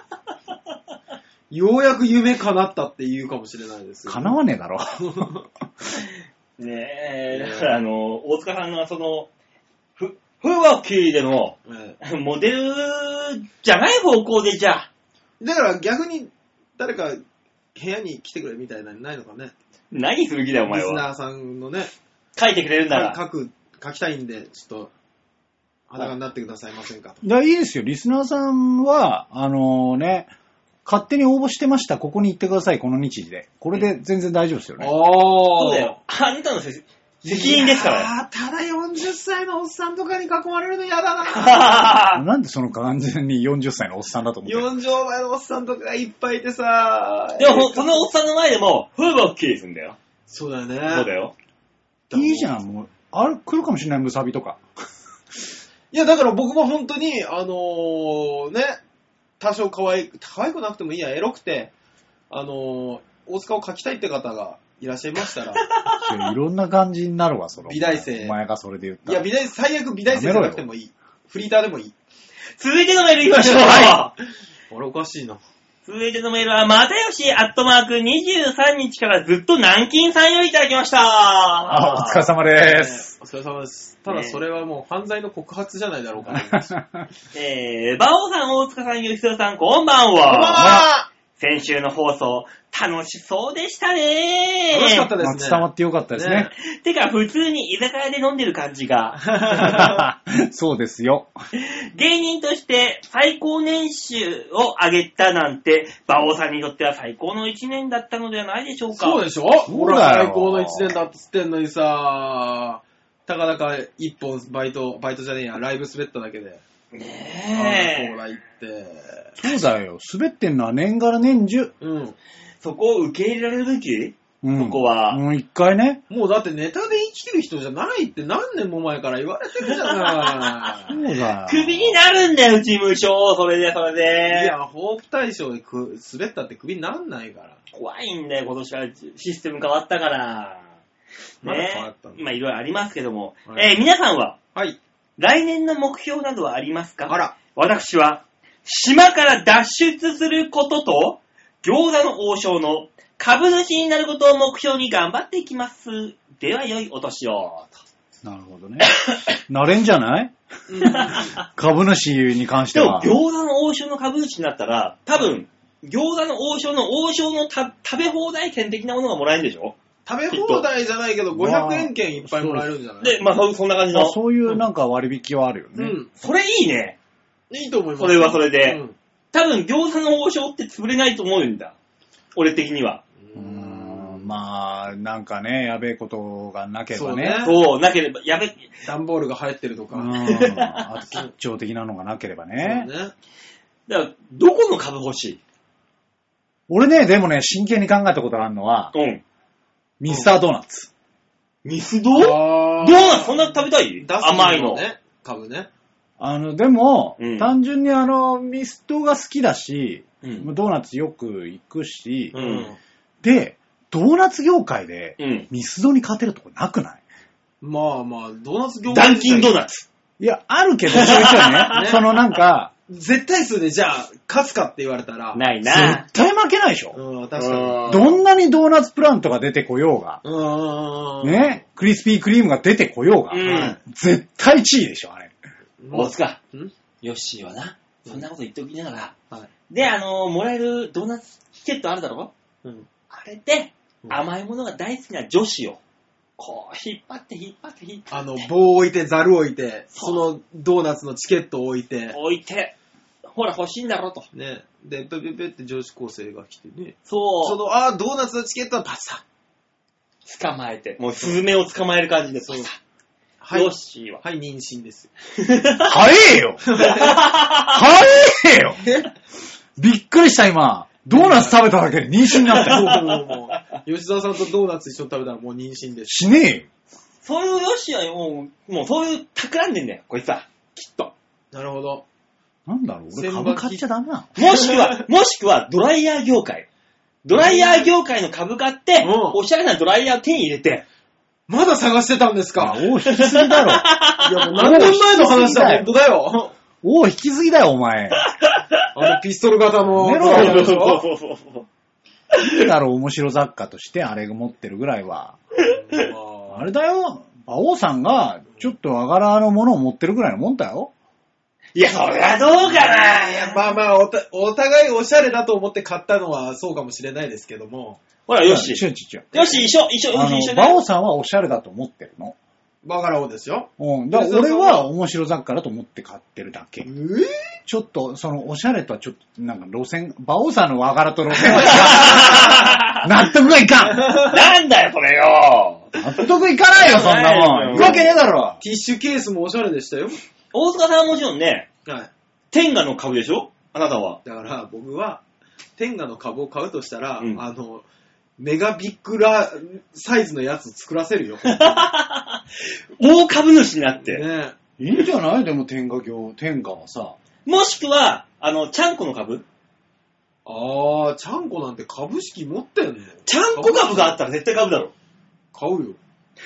ようやく夢叶ったって言うかもしれないですよ、ね。 叶わねえだろ。 ねえ、だから大塚さんのフワキーでの、モデルじゃない方向でじゃあ。 だから逆に誰か部屋に来てくれみたいなのないのかね。 何する気だよ、お前は。 リスナーさんのね。 書いてくれるんだら。 書きたいんで、ちょっと、裸になってくださいませんかと。 いいですよ。リスナーさんは、勝手に応募してました。ここに行ってください、この日時で。これで全然大丈夫ですよね。 そうだよ。あんたの責任ですから。 ただ40歳のおっさんとかに囲まれるの嫌だな。 なんでその完全に40歳のおっさんだと思ってる？ 40代のおっさんとかがいっぱいいてさ。 でも、そのおっさんの前でも、フーバッキーすんだよ。 そうだよね。 そうだよ。 いいじゃん、もう。来るかもしれない、ムサビとか。 いや、だから僕も本当に、多少可愛くなくてもいいや、エロくて、大塚を描きたいって方がいらっしゃいましたら。 いろんな感じになるわ、その。 美大生。 お前がそれで言ったら。 いや、最悪美大生じゃなくてもいい。フリーターでもいい。 続いてのメール行きましょう。 はい。あれおかしいな。 続いてのメールは、またよし、@23日からずっと南京さんよりいただきました。 お疲れ様です。 お疲れ様です。ただそれはもう犯罪の告発じゃないだろうかな。 馬王さん、大塚さん、吉田さん、こんばんは。 こんばんは。 先週の放送、楽しそうでしたね。 楽しかったですね。 伝わってよかったですね。 てか、普通に居酒屋で飲んでる感じが。 そうですよ。 芸人として最高年収を上げたなんて、馬王さんにとっては最高の1年だったのではないでしょうか。 そうでしょ？ほら、最高の1年だっつってんのにさ、たかだか1本バイトじゃねえや、ライブ滑っただけで。 ねえ。 ほら行って。 そうだよ。滑ってんのは年がら年中。 そこを受け入れられるべき？そこは。 もう一回ね。 もうだってネタで生きてる人じゃないって何年も前から言われてるじゃない。 そうだよ。 クビになるんだよ、事務所。それで。 いや、ホープ大賞で滑ったってクビになんないから。 怖いんだよ、今年はシステム変わったから。 まだ変わったの？ 今いろいろありますけども。皆さんは、 はい。 来年の目標などはありますか？ あら。 私は、島から脱出することと、餃子の王将の株主になることを目標に頑張っていきます。では良いお年を。 なるほどね。なれんじゃない株主に関しては。 でも餃子の王将の株主になったら、多分、餃子の王将の食べ放題券的なものがもらえるんでしょ？ 食べ放題じゃないけど、500円券いっぱいもらえるんじゃない？ で、まあそんな感じの。 そういうなんか割引はあるよね。 うん。 それいいね。 いいと思います。 それはそれで。 うん、 多分、餃子の王将って潰れないと思うんだ。俺的には。 まあ、なんかね、やべえことがなければね。 そう、なければ、やべ、 段ボールが入ってるとか。 あと吉兆的なのがなければね。 そうね。 だから、どこの株欲しい？ 俺ね、でもね、真剣に考えたことがあるのは、ミスタードーナツ。 ミスド？ドーナツそんな食べたい？甘いの。 ね、株ね。 でも、単純にミスドが好きだし、ドーナツよく行くし、で、ドーナツ業界でミスドに勝てるとこなくない？ まあまあ、ドーナツ業界。 ダンキンドーナツ。 いや、あるけど、ちょいちょいね。そのなんか、 絶対数でじゃあ、勝つかって言われたら。 ないな。 絶対負けないでしょ。 確かに。 どんなにドーナツプラントが出てこようが、ね、クリスピークリームが出てこようが、絶対地位でしょ、あれ。 大塚。ヨッシーはな、そんなこと言っておきながら、で、もらえるドーナツチケットあるだろ？あれで、甘いものが大好きな女子を、こう、引っ張って。 棒置いて、ザル置いて、そのドーナツのチケットを置いて、 ほら欲しいんだろと。 ね。で、ペペペって女子高生が来てね。 そう。 ドーナツのチケットはパサッ。捕まえて。もうスズメを捕まえる感じで、そう。ヨッシーは。 はい、妊娠ですよ。 早えよびっくりした今。ドーナツ食べただけで妊娠になったよ。 吉沢さんとドーナツ一緒に食べたらもう妊娠です。 しねえよ。 そういうヨッシーはもうそういう企んでんだよ、こいつは。きっと。 なるほど。 なんだろう、俺株買っちゃダメなの？もしくは、ドライヤー業界。ドライヤー業界の株買って、おしゃれなドライヤーを手に入れて。 まだ探してたんですか？ 引きすぎだろ。 いや、もう何年前の話だ、本当だよ。 引きすぎだよ、お前。 ピストル型の。 いいだろ、面白雑貨としてあれが持ってるぐらいは。あれだよ、馬王さんがちょっとあがらのものを持ってるぐらいのもんだよ。 いや、それはどうかな。 いや、まあまあお互いおしゃれだと思って買ったのはそうかもしれないですけども。 ほら、よし。よし、一緒。 馬王さんはおしゃれだと思ってるの。 バカラオですよ。 だから俺は面白雑貨だと思って買ってるだけ。ちょっと、その、おしゃれとはちょっと、なんか路線、馬王さんの和柄と路線は違う。納得がいかん。 なんだよ、それよ。 納得いかないよ、そんなもん。いくわけねえだろ。 ティッシュケースもおしゃれでしたよ。 大塚さんはもちろんね、 はい。 天下の株でしょ？あなたは。 だから、僕は、天下の株を買うとしたら、メガビッグラサイズのやつ作らせるよ。 大株主になって。 ね、 いいんじゃない？でも天下はさ。 もしくは、ちゃんこの株？ ちゃんこなんて株式持ってんの？ ちゃんこ株があったら絶対買うだろ。 買うよ。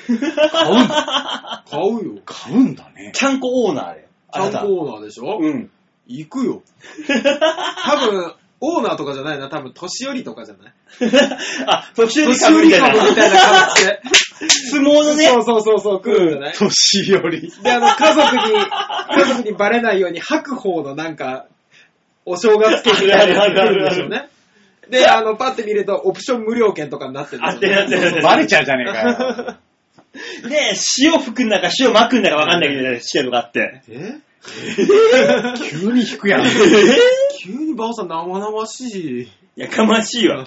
買うんだね。 ちゃんこオーナーで。 ちゃんこオーナーでしょ？ うん。 行くよ。多分、オーナーとかじゃないな。多分、年寄りとかじゃない年寄り株みたいな形で。 相撲のね。 そう、来るんじゃない？ 年寄り。 で、家族にバレないように白鵬のなんか、お正月券みたいなやつ来るんでしょうね。で、パッて見ると、オプション無料券とかになってるんですよね。 バレちゃうじゃねえかよ。 で、塩吹くんだか塩巻くんだかわかんないけど、試験とかあって。 急に引くやん。 急にバオさん生々しい。 やかましいわ。 いや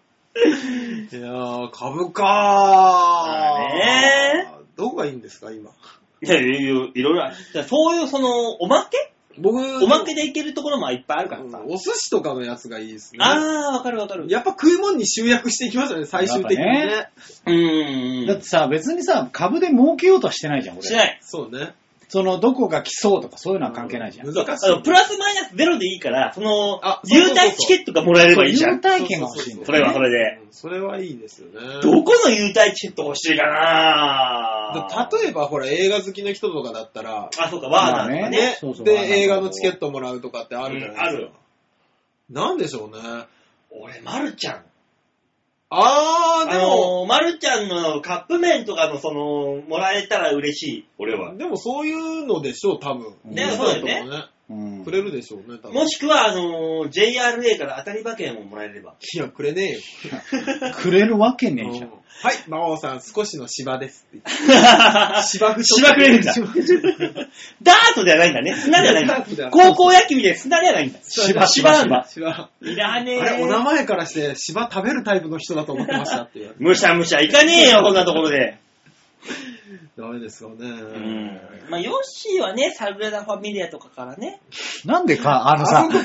ー、株かー。どこがいいんですか、今。 いや、いろいろ。そういう、おまけ？おまけでいけるところもいっぱいあるからさ。 お寿司とかのやつがいいですね。 わかる。 やっぱ食い物に集約していきますよね、最終的にね。 だってさ、別にさ、株で儲けようとはしてないじゃん、俺。 しない。 そうね。 その、どこが来そうとかそういうのは関係ないじゃん。 難しい。 プラスマイナスゼロでいいから、優待チケットがもらえればいいじゃん。 優待券が欲しいんだよね。 それはそれで。 それはいいですよね。 どこの優待チケット欲しいかな例えば、ほら、映画好きの人とかだったら、 そうか、ワーナーとかね。 で、映画のチケットもらうとかってあるじゃないですか。 あるよ。 なんでしょうね。 俺、まるちゃん。 でも、 まるちゃんのカップ麺とかのもらえたら嬉しい、俺は。 でもそういうのでしょう、多分。 ね、そうだよね。 くれるでしょうね、多分。 もしくは、JRA から当たり馬券をもらえれば。 いや、くれねえよ。 くれるわけねえじゃん。 はい、馬王さん、少しの芝ですって言って。芝くれるんだ。ダートではないんだね。砂ではないんだ。高校野球みたいな砂ではないんだ。芝なんだ。いらねえ。 あれ、お名前からして芝食べるタイプの人だと思ってましたっていう。 むしゃむしゃいかねえよ、こんなところで。 ダメですよね。 まあ、ヨッシーはね、サグラダ・ファミリアとかからね。 なんでか、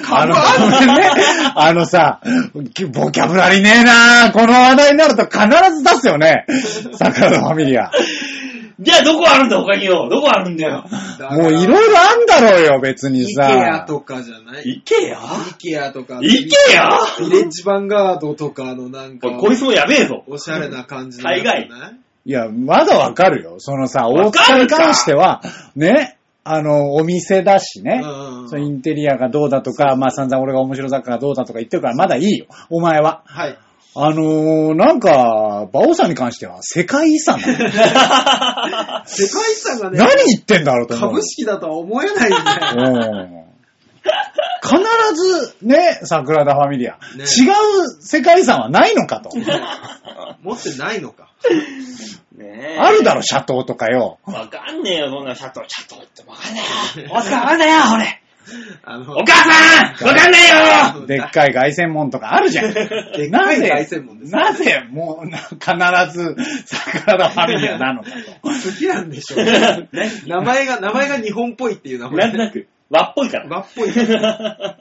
ボキャブラリーねえなこの話題になると必ず出すよね。サグラダ・ファミリア。 じゃあ、どこあるんだ、他によ。どこあるんだよ。 もういろいろあんだろうよ、別にさ。 イケアとかじゃない？ イケアとか。 イケアヴィレッジヴァンガードとかなんか。 こいつもやべえぞ。 おしゃれな感じの。 大概。 いや、まだわかるよ。大塚に関しては、ね、お店だしね。そのインテリアがどうだとか、まあ散々俺が面白雑貨がどうだとか言ってるからまだいいよ。お前は。 はい。 なんか、馬王さんに関しては世界遺産だ、ね。世界遺産がね。 何言ってんだろうと思う。 株式だとは思えないよね。 必ずね、サグラダ・ファミリア、ね。違う世界遺産はないのかと。 持ってないのか。 ねえ。 あるだろ、シャトーとかよ。 わかんねえよ、そんなシャトーってわかんねえよ。わかんねえよ、俺。お母さんわかんねえよ。 でっかい凱旋門とかあるじゃん。 でっかい凱旋門です。 なぜ、もう、必ず、サグラダ・ファミリアなのかと。 好きなんでしょうね。名前が日本っぽいっていう名前。 なんとなく。和っぽいから。 和っぽいから。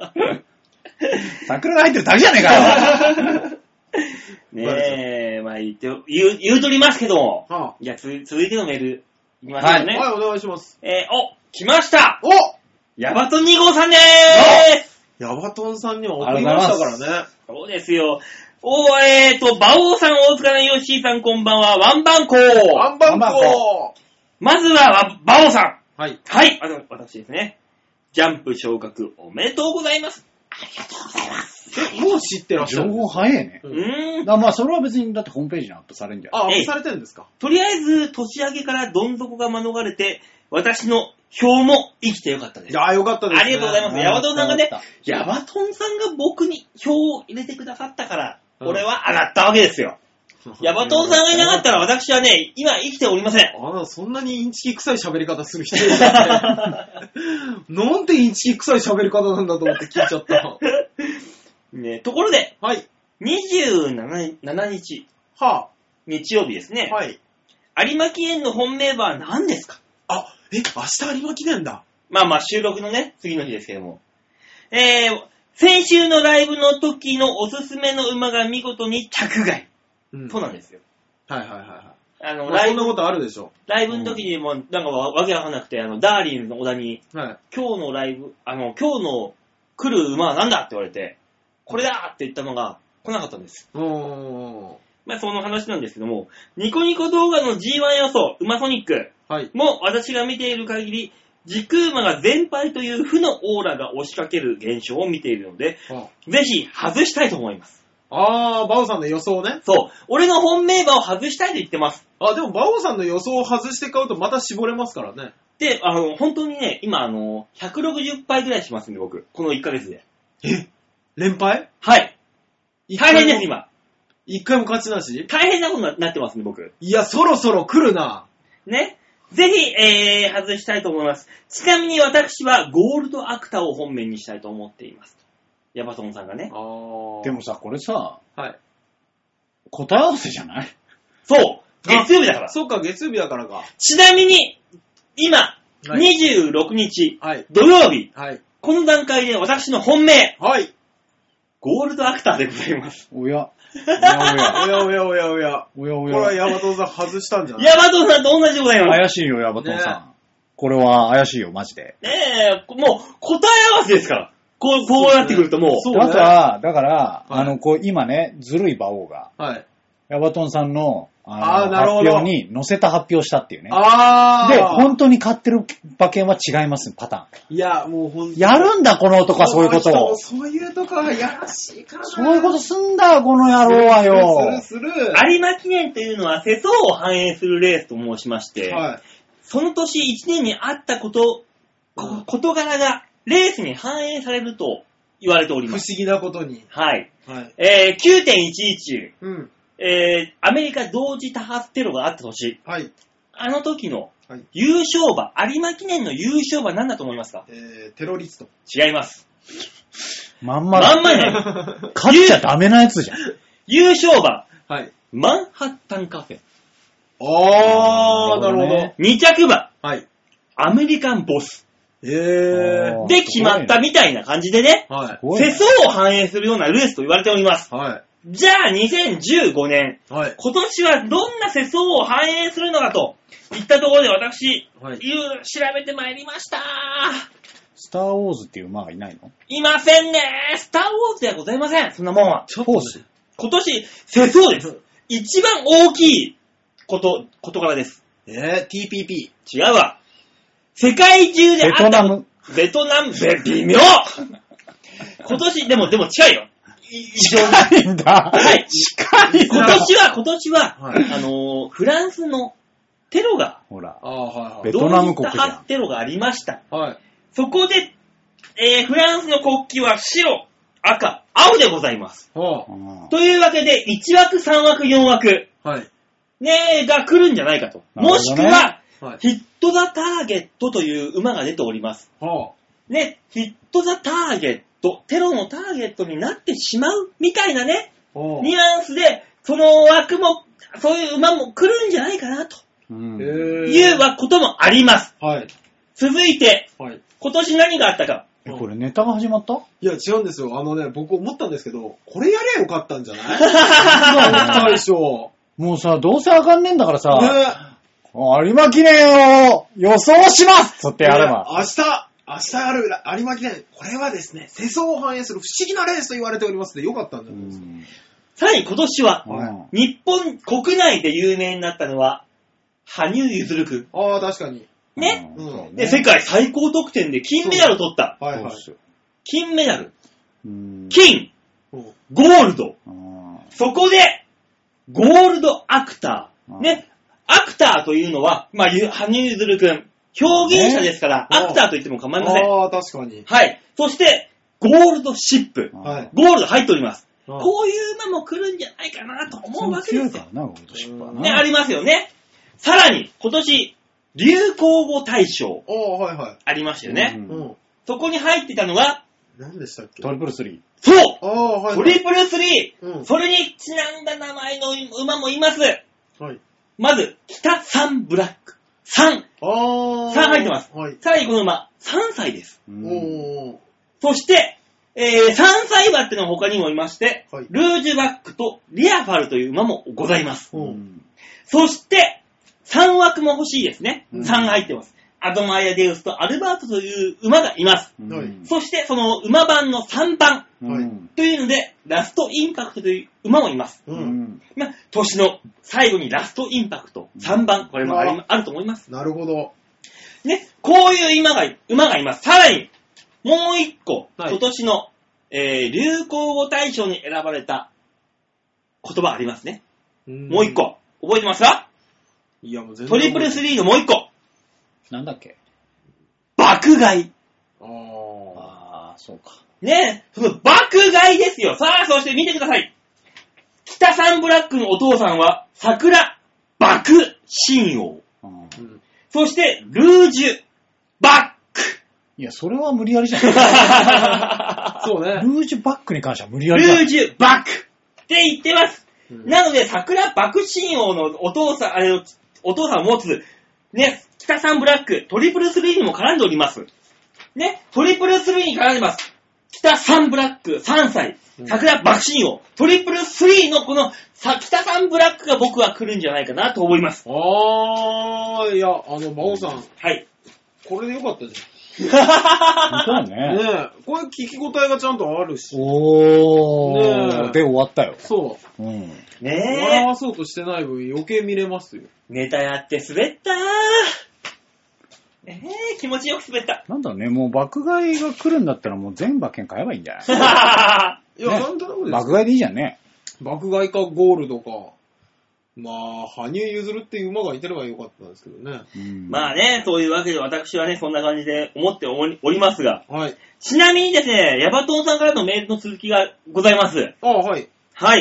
桜が入ってるだけじゃねえかよ。 ねえ、まあ言うとりますけども。じゃあ続いてのメール、いきますよね。 はい、お願いします。 来ましたヤバトン2号さんでーすヤバトンさんにも送りましたからね。 そうですよ。馬王さん、大塚のヨッシーさん、こんばんは。ワンバンコー。 ワンバンコー。 まずは、馬王さん。 はい。 はい、私ですね。ジャンプ昇格おめでとうございます。ありがとうございます。 もう知ってらっしゃる。 情報早いね。まあ、それは別に、だってホームページにアップされるんじゃない？ アップされてるんですか？ とりあえず、年明けからどん底が免れて、私の票も生きてよかったです。 いや、よかったですね。 ありがとうございます。ヤバトンさんがね、ヤバトンさんが僕に票を入れてくださったから、俺は上がったわけですよ。ヤバトンさんがいなかったら私はね、今生きておりません。 そんなにインチキ臭い喋り方する人いるんだね。なんてインチキ臭い喋り方なんだと思って聞いちゃった。 ね、ところで、 はい。 27日、日曜日ですね。 はい。 有馬記念の本命馬は何ですか？ 明日有馬記念だ。 まあ収録のね、次の日ですけども。先週のライブの時のおすすめの馬が見事に着外。そうなんですよ。 はい。そんなことあるでしょ。 ライブの時にも、なんかわけわかんなくて、ダーリンの小田に、今日のライブ、今日の来る馬は何だって言われて、これだって言ったのが来なかったんです。まあその話なんですけども、ニコニコ動画の G1 予想、馬ソニックも私が見ている限り、軸馬が全敗という負のオーラが押しかける現象を見ているので、ぜひ外したいと思います。 バオさんの予想ね。 そう。俺の本命馬を外したいと言ってます。 でもバオさんの予想を外して買うとまた絞れますからね。 で、本当にね、今160敗ぐらいしますんで、僕。この1ヶ月で。 連敗？ はい。大変です、今。 一回も勝ちなし？ 大変なことになってますね、僕。 いや、そろそろ来るな。 ね。ぜひ、外したいと思います。ちなみに私はゴールドアクターを本命にしたいと思っています。ヤバトンさんがね。 でもさ、これさ、答え合わせじゃない？ そう。月曜日だから。 そうか、月曜日だからか。 ちなみに、今、26日、土曜日、この段階で私の本命、ゴールドアクターでございます。 おや。 おや。これはヤバトンさん外したんじゃない？ ヤバトンさんと同じでございます。 怪しいよ、ヤバトンさん。 これは怪しいよ、マジで。 ねえ、もう答え合わせですから。こうなってくるともう。 そうね。 だから、今ね、ずるい馬王が、 はい。 ヤバトンさんの、 なる発ほど表に載せた発表したっていうね。 で、 で、本当に買ってる馬券は違います、パターン。 いや、もう本当に。 やるんだ、この男はそういうことを。 そういうとこはやらしいからな。 そういうことすんだ、この野郎はよ。 する。 有馬記念というのは世相を反映するレースと申しまして、 はい。 その年1年にあった事柄がレースに反映されると言われております。 不思議なことに。 はい。 はい。 9.11、 うん。 アメリカ同時多発テロがあった年、 はい。 あの時のはい。 優勝馬、有馬記念の優勝馬何だと思いますか？ テロリスト。 違います。 まんまだ。 まんまね。 勝っちゃダメなやつじゃん。 優勝馬、 はい。 マンハッタンカフェ。 なるほど。 2着馬、 はい。 アメリカンボス。 あーで決まったみたいな感じでね、 は世相を反映するようなレースと言われております。 い。はい。 じゃあ2015年、 はい。 今年はどんな世相を反映するのかといったところで私、 はいいろいろ調べてまいりました。 スターウォーズっていう馬がいないの？ いませんね。スターウォーズではございません。そんなもんは。 フォース。 今年、世相です。一番大きい事柄です。 TPP。 違うわ。世界中であった。 ベトナム、 微妙今年、でも近いよ。 近いんだ。 はい。 近い今な。 年は、 はいフランスのテロが、 ほら、 はいベトナム国じゃん同時多発テロがありました。 はい。 そこで、フランスの国旗は白、赤、青でございます。というわけで、1枠、3枠、4枠、 はい。 ねが来るんじゃないかと。 なるほどねもしくは、 はい。 ヒット・ザ・ターゲットという馬が出ております。ね、ヒット・ザ・ターゲット、テロのターゲットになってしまうみたいなね、ニュアンスで、その枠も、そういう馬も来るんじゃないかなということもあります。 はい。 続いて、 はい。 今年何があったか。 これネタが始まった？ いや、違うんですよ。僕思ったんですけど、これやりゃよかったんじゃない最初。 もうさ、どうせわかんねえんだからさ、 ね有馬記念を予想しますつってやれば。 明日ある有馬記念、これはですね、世相を反映する不思議なレースと言われておりますので、よかったんじゃないですか。 さらに今年は、 うん日本国内で有名になったのは、羽生結弦くん。 確かに。 ね。 うんそうねで、世界最高得点で金メダルを取った。 はいはい。 そうっすよ金メダル。 うん金。 うんゴールド。 うんそこで、ゴールドアクター。 うんね。アクターというのは、羽生結弦くん。表現者ですから、アクターと言っても構いません。 確かに。 はい。そして、ゴールドシップ。 はい。 ゴールド入っております。 ここういう馬も来るんじゃないかなと思うわけですよ。 強いからな、ゴールドシップはな。 ね、ありますよね。さらに、今年、流行語大賞はいはありましたよね。 うんい。うん。 そこに入ってたのが、 何でしたっけトリプルスリー。 そうはい。 トリプルスリー、 うん。 それにちなんだ名前の馬もいます。 はい。 まず、北サンブラック。3。3入ってます。 はい。 さらにこの馬、3歳です。 おー。 そして、3歳馬ってのは他にもいまして、 はいルージュバックとリアファルという馬もございます。 うんそして、3枠も欲しいですね。 うん 3入ってます。アドマイア・デウスとアルバートという馬がいます。 はいそして、その馬番の3番うんというので、ラストインパクトという馬もいます。 う。 うんんまあ、年の最後にラストインパクト、3番、これもあると思います。 なるほど。 ね、こういう馬がいます。さらに、もう一個、 はい今年の、流行語大賞に選ばれた言葉ありますね。もう一。個、覚えてますか？ いや、もう全然。 トリプルスリーのもう一個、 なんだっけ？ 爆買い。 あああ、そうか。 ね、その爆買いですよ。さあ、そして見てください。北サンブラックのお父さんは、桜爆神王。 うんー。うん。 そして、ルージュバいや、それは無理やりじゃん。 ック。 そうね。 ルージュバックに関しては無理やりだ。 ルージュバックって言ってます。 うんなので、桜爆神王のお父さんを持つ、ね、北サンブラック、トリプルスリーにも絡んでおります。ね、トリプルスリーに絡んでます。北サンブラック3歳、桜爆神王、トリプルスリーのこの北サンブラックが僕は来るんじゃないかなと思います。 いや、馬王さん、 はい。 これでよかったじ本当だゃん。 ね。 ねえ。これ聞き応えがちゃんとあるし。 おー。 ねえで終わったよ。 そう。 うん。 ね笑わそうとしてない分余計見れますよ。 ネタやって滑った気持ちよく滑った。 なんだろうね、もう爆買いが来るんだったらもう全馬券買えばいいんじゃないいや、 ねなんとなくですよ。 爆買いでいいじゃんね。 爆買いかゴールドか。まあ、羽生結弦っていう馬がいてればよかったんですけどね。 まあね、そういうわけで私はね、そんな感じで思っておりますが、 はい。 ちなみにですね、ヤバトンさんからのメールの続きがございます。 ああ、はい。 はい。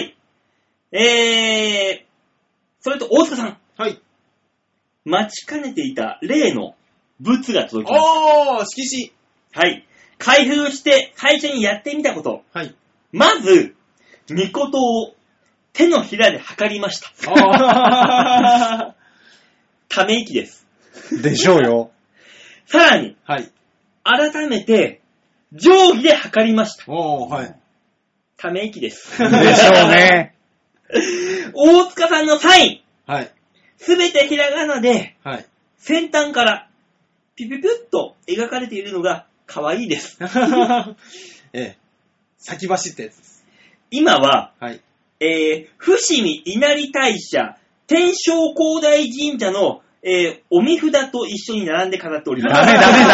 それと大塚さん。 はい。 待ちかねていた例の物が届きましああ、色紙。 た。はい。開封して最初にやってみたこと。 はい。 まず、ニコトを手のひらで測りました。 ああ。 ため息です。 でしょうよ。 さらに、 はい。 改めて、定規で測りました。 おー、はい。 ため息です。 でしょうね。 大塚さんのサイン。 はい。 すべてひらがなで、 はい。 先端からピピピュッと描かれているのが可愛いです。 ええ。先走ったやつです。 今は、 はい。 伏見稲荷大社、天正高大神社の、おみ札と一緒に並んで飾っております。 ダ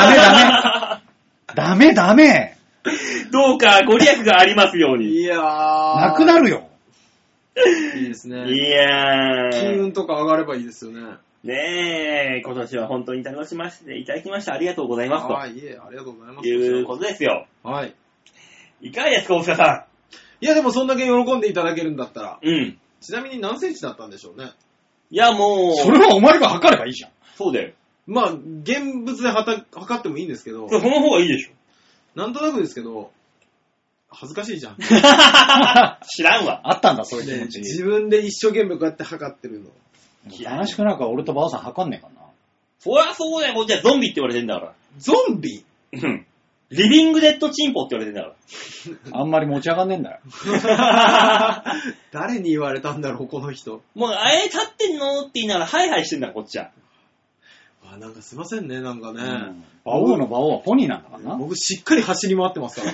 メ。 どうかご利益がありますように。 いやー。 なくなるよ。 いいですね。 いやー。 金運とか上がればいいですよね。 ねえ、今年は本当に楽しませていただきました。ありがとうございますと。 はい、いえ、ありがとうございます。 いうことですよ。 はい。 いかがですか、大塚さいや、でもそんだけ喜んでいただけるんだったら。 ん。うん。 ちなみに何センチだったんでしょうね。 いや、もう。 それはお前が測ればいいじゃん。 そうだよ。 まあ、現物で測ってもいいんですけど、 その方がいいでしょ。 なんとなくですけど、恥ずかしいじゃん。 知らんわ。 あったんだ、そういう気で持ち。 自分で一生懸命こうやって測ってるの。 悲しくなんか俺とばあさん測んねえかな。 そりゃそうだよ、こっちはゾンビって言われてんだかゾンビら。うん。リビングデッドチンポって言われてんだかあんまり持ち上がんねえんだよ。 誰に言われたんだろう、この人。 ら。もう、立ってんのって言いながら、ハイハイしてんだ、こっちは。 あ、なんかすいませんね、なんかね。 馬王の馬王はポニーなんだからな。 僕しっかり走り回ってますから。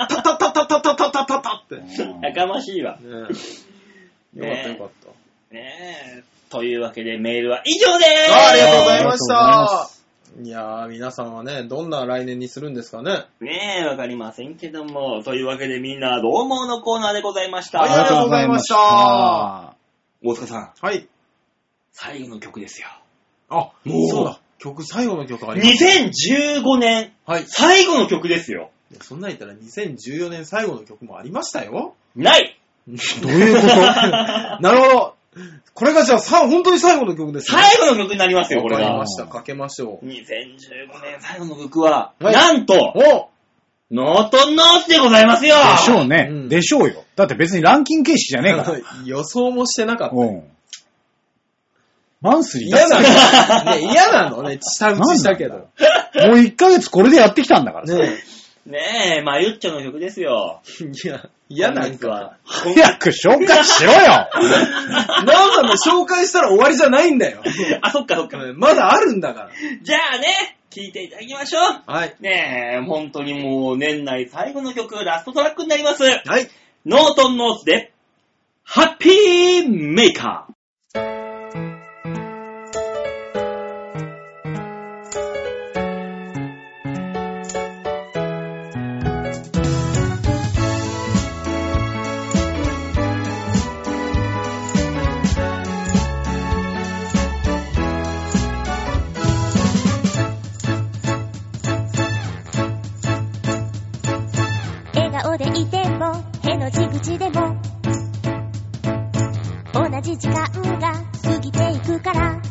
タタタタタタタタタタって。 やかましいわ。 ねえ。よかったよかった。 ねえ。というわけで、メールは以上でーす。 ありがとうございましありがとうございまた。いやー、皆さんはね、どんな来年にするんですかね。 ねえ、わかりませんけども。というわけで、みんな、どうものコーナーでございました。 ありがとうございました大塚さん、 はい。 最後の曲ですよ。 あ、 もうそうだ。最後の曲あります。 2015年、 はい。 最後の曲ですよ。 いやそんなん言ったら2014年最後の曲もありましたよ。 ないどういうことなるほど。これがじゃあ本当に最後の曲ですね。 最後の曲になりますよ、これがわかりま。した。かけましょう。 2015年最後の曲は、 はいなんと、 おノートンノーツでございますよ。 でしょうね、 うんでしょうよ。だって別にランキング形式じゃねえから。 予想もしてなかった。 うん。マンスリーだ嫌なのね、嫌なのね、下打ちしたけど。 もう1ヶ月これでやってきたんだからさ。 ねねえ、マユッチョの曲ですよ。 いや、嫌なんか。 は。 早く紹介しろよなんかね、紹介したら終わりじゃないんだよ。 あ、そっかそっか。 まだあるんだかじゃあね、聴いていただきましょう。 ら。はい。 ねえ、本当にもう年内最後の曲、ラストトラックになります。 はい。 ノートンノーツで、ハッピーメーカー。 笑顔でいてもへの字口でも同じ時間が過ぎていくから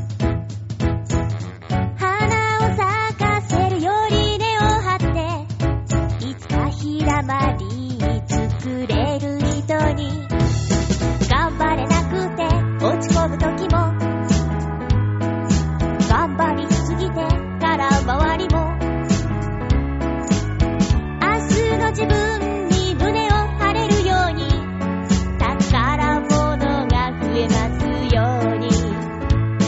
花を咲かせるより根を張っていつかひだまり作れる人に頑張れなくて落ち込む時も頑張りすぎてから周りも自分に胸を張れるように宝物が増えますように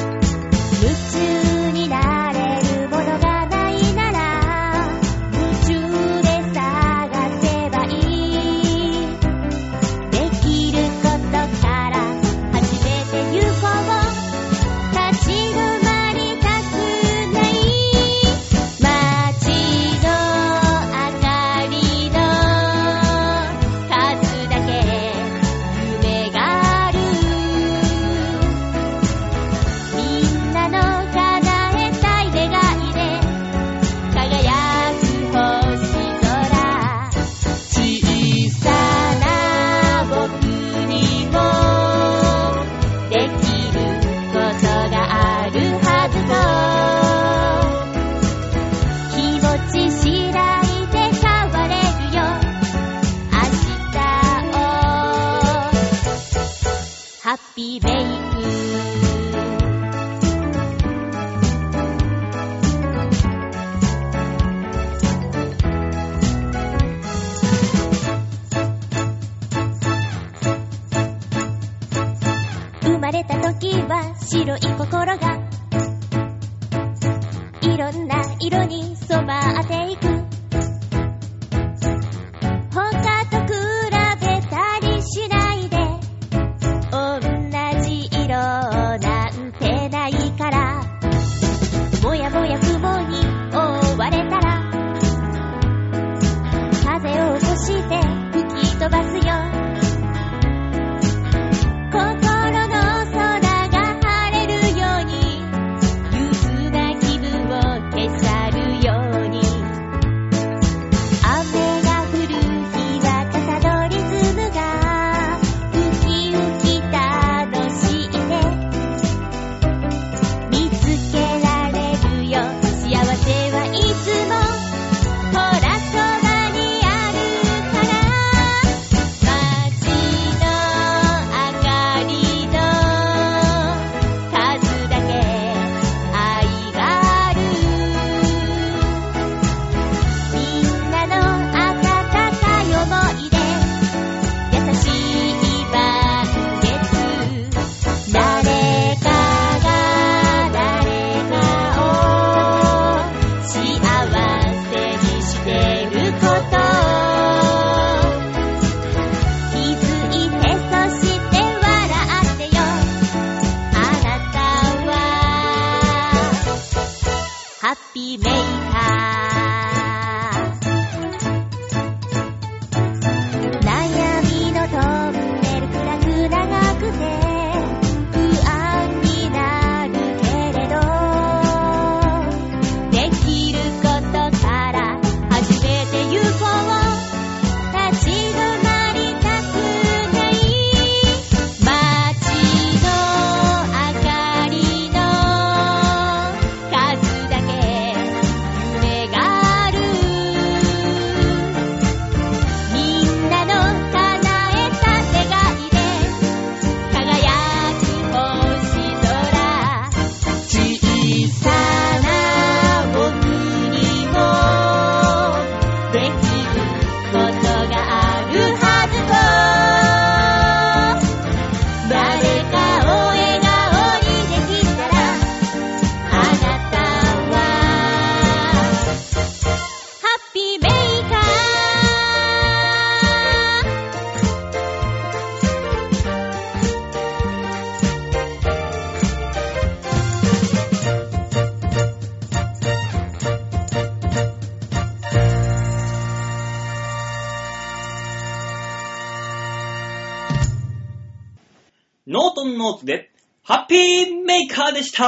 は白い心がいろんな色に染まっていく。他と比べたりしないで、同じ色なんてないから。もやもや雲に覆われたら、風をそして吹き飛ばすよ。心の空が晴れるように、憂鬱な気分を消さるように。雨が降る日は傘のリズムがウキウキ楽しいね。見つけられるよ幸せはいつも、ほらそばにあるから。街の明かりの数だけ愛がある。みんなの温かい想いで優しい満月。誰かが誰かを幸せにしてること、気づいてそして笑ってよ。あなたはハッピーメーカー。悩みのトンネル暗く長くて不安になるけれど、できることから始めてゆこう。立ち止まりたくない。街の明かりの数だけ夢がある。みんなの叶えた願いで輝く星空。小さな僕にもできることがあるはずと、誰かを笑顔にできたら、あなたはハッピーメーカー。 ノートンノーツで、ハッピーメーカーでした。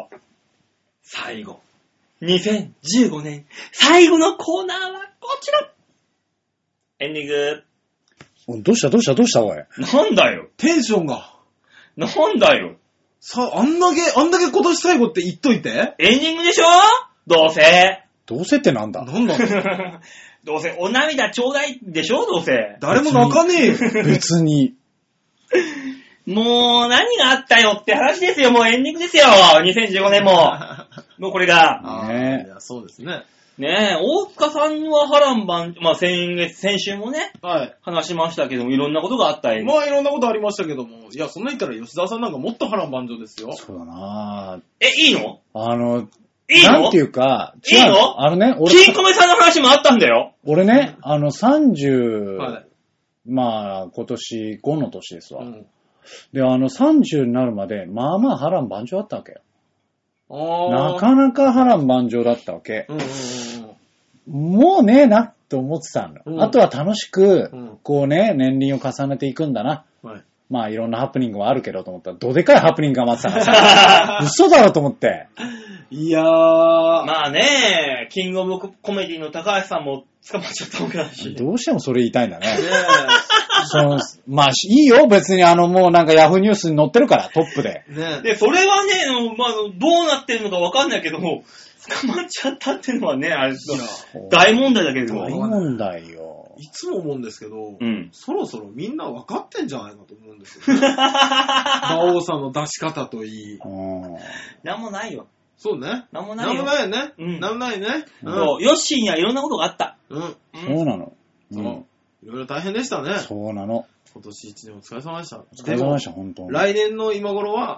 最後。2015年、最後のコーナーはこちら。エンディング。 どうしたおい。 なんだよ。 テンションが。 なんだよ。 あんだけ今年最後って言っといて。 エンディングでしょどうせ。 どうせってなんだ。 なんだどうせお涙ちょうだいでしょどうせ。 誰も泣かねえよ。 別に。 もう何があったよって話ですよ。もうエンディングですよ。2015年も。もうこれが。 ねえ。いや、そうですね。 ねえ、大塚さんは波乱万、まあ先週もね、 はい。 話しましたけども、いろんなことがあったり。 まあいろんなことありましたけども、いや、そんな言ったら吉沢さんなんかもっと波乱万丈ですよ。 そうだなぁ。いいのいいのなんていうか、 いいのね、 金庫目さんの話もあったんだよ。 俺ね、30、 はい。 まあ、今年5の年ですわ。 うん、 で、30になるまで、まあまあ波乱万丈だったわけよ。なかなか波乱万丈だったわけ。もうねえなって思ってたの。あとは楽しく、こうね、年輪を重ねていくんだな。はい、まあいろんなハプニングはあるけどと思ったら、どでかいハプニングが待ってたからさ。嘘だろと思って。 いやー。 まあね、キングオブコメディの高橋さんも捕まっちゃったわけだし。 どうしてもそれ言いたいんだね。まあ、いいよ、別にもうなんかヤフーニュースに載ってるから、トップで。 ね、 で、それはね、まあ、どうなってるのかわかんないけども、捕まっちゃったっていうのはね、あれ、大問題だけど。 大問題よ。 いつも思うんですけど、 うん、 そろそろみんな分かってんじゃないかと思うんですよ、ね。馬王さんの出し方といい。 なんもないよ。 そうね。 なんもないよ。 なんもないよね。 うん。 なんもないね。 そう、ヨッシーにはいろんなことがあった。 うん。 そうなの。 そう。いろいろ大変でしたね。 そうなの。 今年1年お疲れ様でした。 お疲れ様でした、本当に。 来年の今頃は、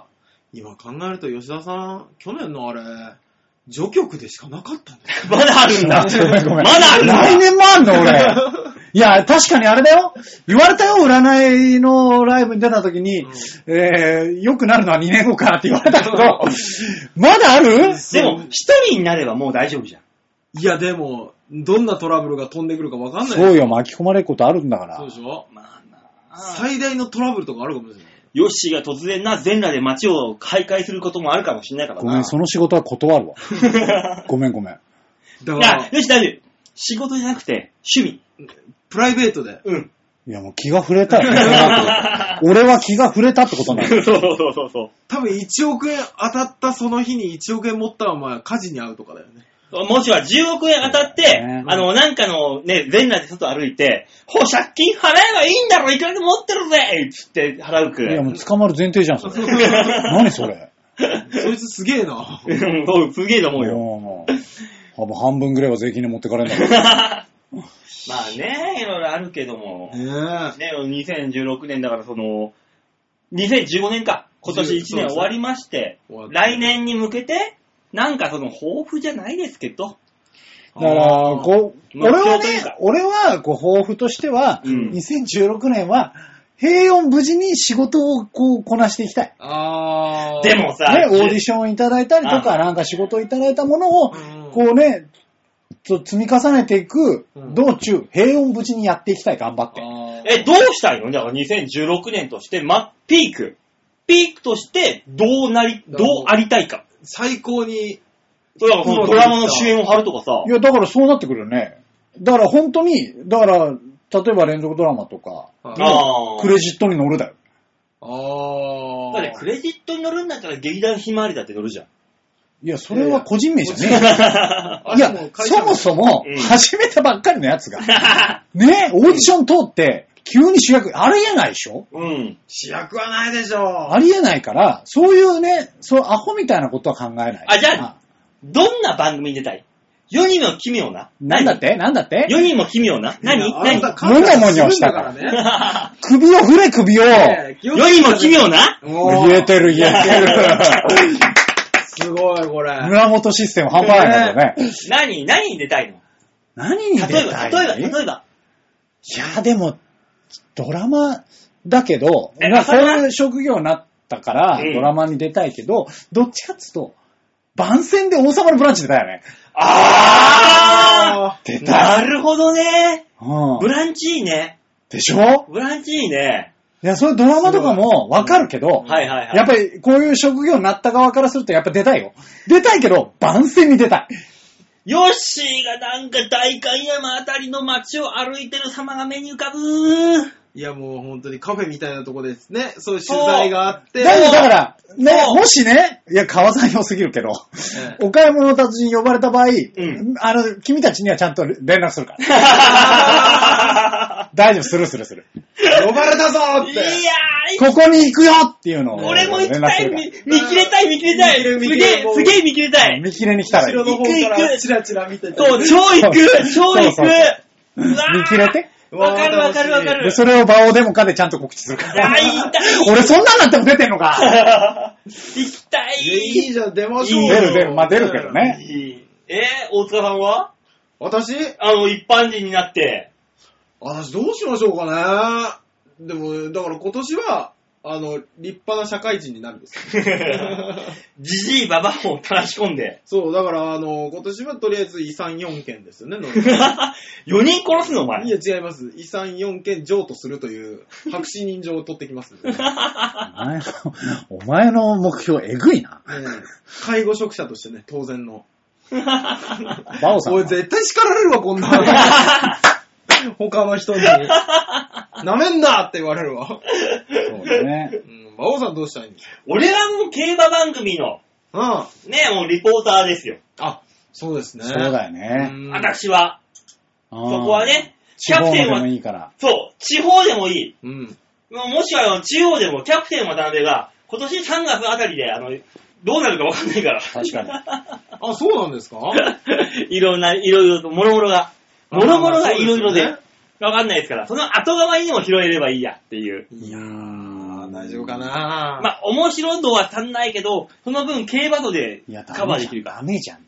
今考えると吉田さん、去年のあれ、序曲でしかなかったんだよ。 まだあるんだ。 ごめん。 まだあるんだ。 来年もあんの俺。いや、確かにあれだよ。言われたよ、占いのライブに出た時に、良くなるのは2年後かって言われたけど、まだある？ でも、一人になればもう大丈夫じゃん。 いや、でも、どんなトラブルが飛んでくるか分かんない。 そうよ、巻き込まれることあるんだから。 そうでしょ？ まあな。 最大のトラブルとかあるかもしれない。 ヨッシーが突然な、全裸で街を開会することもあるかもしれないからな。 ごめん、その仕事は断るわ。ごめん。 だかいら、 や、よし、大丈夫。仕事じゃなくて、趣味。 プライベートで。 うん。 いや、もう気が触れたよ。俺は気が触れたってことなんだよ。 そう。 多分1億円当たったその日に1億円持ったまま火事に遭うとかだよね。 もしくは10億円当たって、なんかのね、全裸で外歩いて、借金払えばいいんだろ、いくらでも持ってるぜつって払うくらい。 いや、もう捕まる前提じゃん、それ。何それ。 そいつすげえな。 そう、すげえと思うよ。 もう半分ぐらいは税金で持ってかれるんだから。 まあね、いろいろあるけども。ね、2016年だから2015年か。今年1年終わりまして、来年に向けて、なんか抱負じゃないですけど。 だから、俺は抱負としては、2016年は、平穏無事に仕事をこなしていきたい。 でもさ、 ね、オーディションいただいたりとか、なんか仕事いただいたものを、積み重ねていく道中、平穏無事にやっていきたい、頑張って。 どうしたいの？だから2016年として、ピークとして、どうありたいか。 最高に。 ドラマの主演を張るとかさ。 いや、だからそうなってくるよね。だから本当に、例えば連続ドラマとか、クレジットに乗るだよ。 だってクレジットに乗るんだったら劇団ひまわりだって乗るじゃん。 いや、それは個人名じゃねえ。いや、そもそも、始めたばっかりのやつが、ね、オーディション通って、急に主役、ありえないでしょ？ 主役はないでしょ。 ありえないから、そういうね、アホみたいなことは考えない。 じゃあ、どんな番組に出たい？世にも奇妙な。 なんだって世にも奇妙な。何もにょもにょしたからね。首を振れ、首を。 世にも奇妙な？ 言えてる。 すごい、これ。 村本システム半端ないんだよね。 何に出たいの？ 何に出たいの？ 例えば。 いや、でも、ドラマだけど、そういう職業になったから、ドラマに出たいけど、どっちかっつうと、番宣で王様のブランチ出たよね。出た。 なるほどね。ブランチいいね。 でしょ？ ブランチいいね。 いや、そういうドラマとかもわかるけど、やっぱりこういう職業になった側からするとやっぱ出たいよ。出たいけど、番宣に出たい。 ヨッシーがなんか代官山あたりの街を歩いてる様が目に浮かぶ。 いや、もう本当にカフェみたいなとこですね。そういう取材があって。 だから、ね、もしね、いや、川さん良すぎるけど、お買い物達に呼ばれた場合、君たちにはちゃんと連絡するから。大丈夫、する。 呼ばれたぞって。 いやー、ここに行くよっていうのを。 俺も行きたい。見切れたい。すげえ見切れたい。 見切れに来たらいい。 後ろの方からチラチラ見てて。 そう、超行く。 見切れて。 わかる。 で、それを場をデモかでちゃんと告知するから。俺そんなんなっても出てんのか。 行きたい。 いいじゃん、出ましょう。 出る。まあ出るけどね。 大塚さんは？ 私？ 一般人になって。 私どうしましょうかね。でも、だから今年は、立派な社会人になるんですよ。 じじいばばをたらし込んで。 そう、だから、今年はとりあえず遺産4件ですよね。 4人殺すのお前。 いや、違います。遺産4件譲渡するという、白紙人情を取ってきますんで。 お前の目標えぐいな。 介護職者としてね、当然の。 バオさん。 俺絶対叱られるわ、こんな。他の人に。なめんなって言われるわ。そうだね。 馬王さんどうしたらいいんですか？ 俺はもう競馬番組の、ね、もうリポーターですよ。 そうですね。 そうだよね。 私は。そこはね、 キャプテンは、 そう、地方でもいい。もしくは地方でもキャプテン渡辺が、今年3月あたりで、どうなるかわかんないから。 確かに。 そうなんですか？ いろいろと、もろもろがいろいろで、わかんないですから、その後側にでも拾えればいいやっていう。 いやー、 大丈夫かな。 まあ、面白度は足んないけど、その分、競馬度でカバーできるから。 ダメじゃん。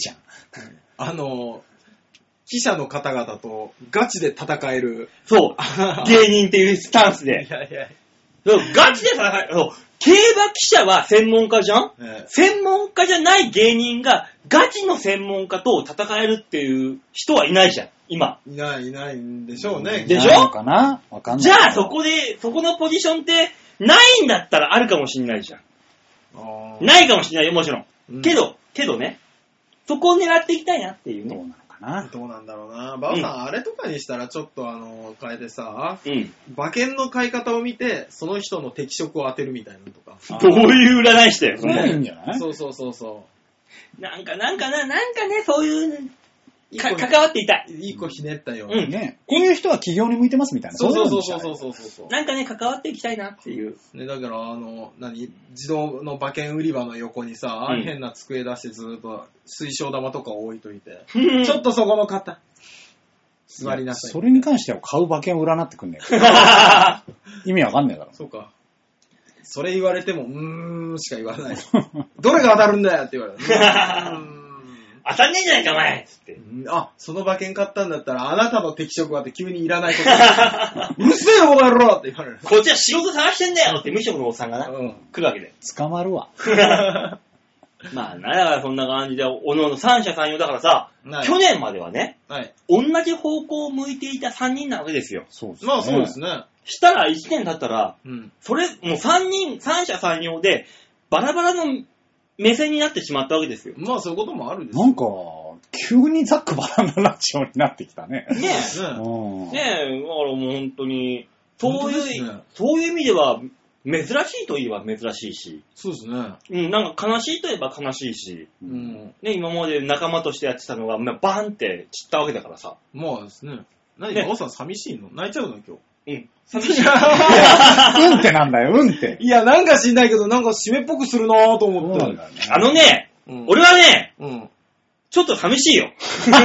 記者の方々とガチで戦える。 そう。芸人っていうスタンスで。 いやいや。 そうガチで戦える。競馬記者は専門家じゃん、専門家じゃない芸人がガチの専門家と戦えるっていう人はいないじゃん、今。 いないんでしょうね。 でしょかなわかんない。 じゃあそこのポジションってないんだったらあるかもしんないじゃん。ないかもしんないよ、もちろん。けどね、そこを狙っていきたいなっていうね。 どうなんだろうな。バオさん、あれとかにしたらちょっと変えてさ、馬券の買い方を見て、その人の適色を当てるみたいなのとか。 どういう占い師だよ。 それいいんじゃない？ そう。 なんかね、そういう関わっていたい。 いい子ひねったよ。 ね。こういう人は起業に向いてますみたいな。 そう。 なんかね、関わっていきたいなっていう。 ね、だから自動の馬券売り場の横にさ、変な机出してずっと水晶玉とか置いといて、ちょっとそこの方、座りなさい。 それに関しては買う馬券を占ってくんねえ意味わかんねえだろ。 そうか。それ言われても、しか言わない。どれが当たるんだよって言われる。 当たんねえんじゃないか、お前つって。 その馬券買ったんだったら、あなたの適色はって急にいらないことうるせえよ、お前ろって言われる。 こっちは仕事探してんだよって無職のおっさんがな、来るわけで。 捕まるわ。 まあな、だからそんな感じで、おのおの三者三様だからさ、去年まではね、同じ方向を向いていた3人なわけですよ。 そうですね。まあそうですね。 したら1年経ったら、それ、もう三者三様で、バラバラの目線になってしまったわけですよ。 まあそういうこともあるんですよ。 なんか、急にザックバラなラジオになってきたね。 ねえ。だからもう本当に、そういう意味では、珍しいといえば珍しいし。 そうですね。 なんか悲しいといえば悲しいし。ね、今まで仲間としてやってたのが、バーンって散ったわけだからさ。 まあですね。馬王さん寂しいの？泣いちゃうの今日。 寂しい。 うんってなんだよ、うんって。 いや、なんか知んないけど、なんか締めっぽくするなぁと思って。 俺はね、ちょっと寂しいよ。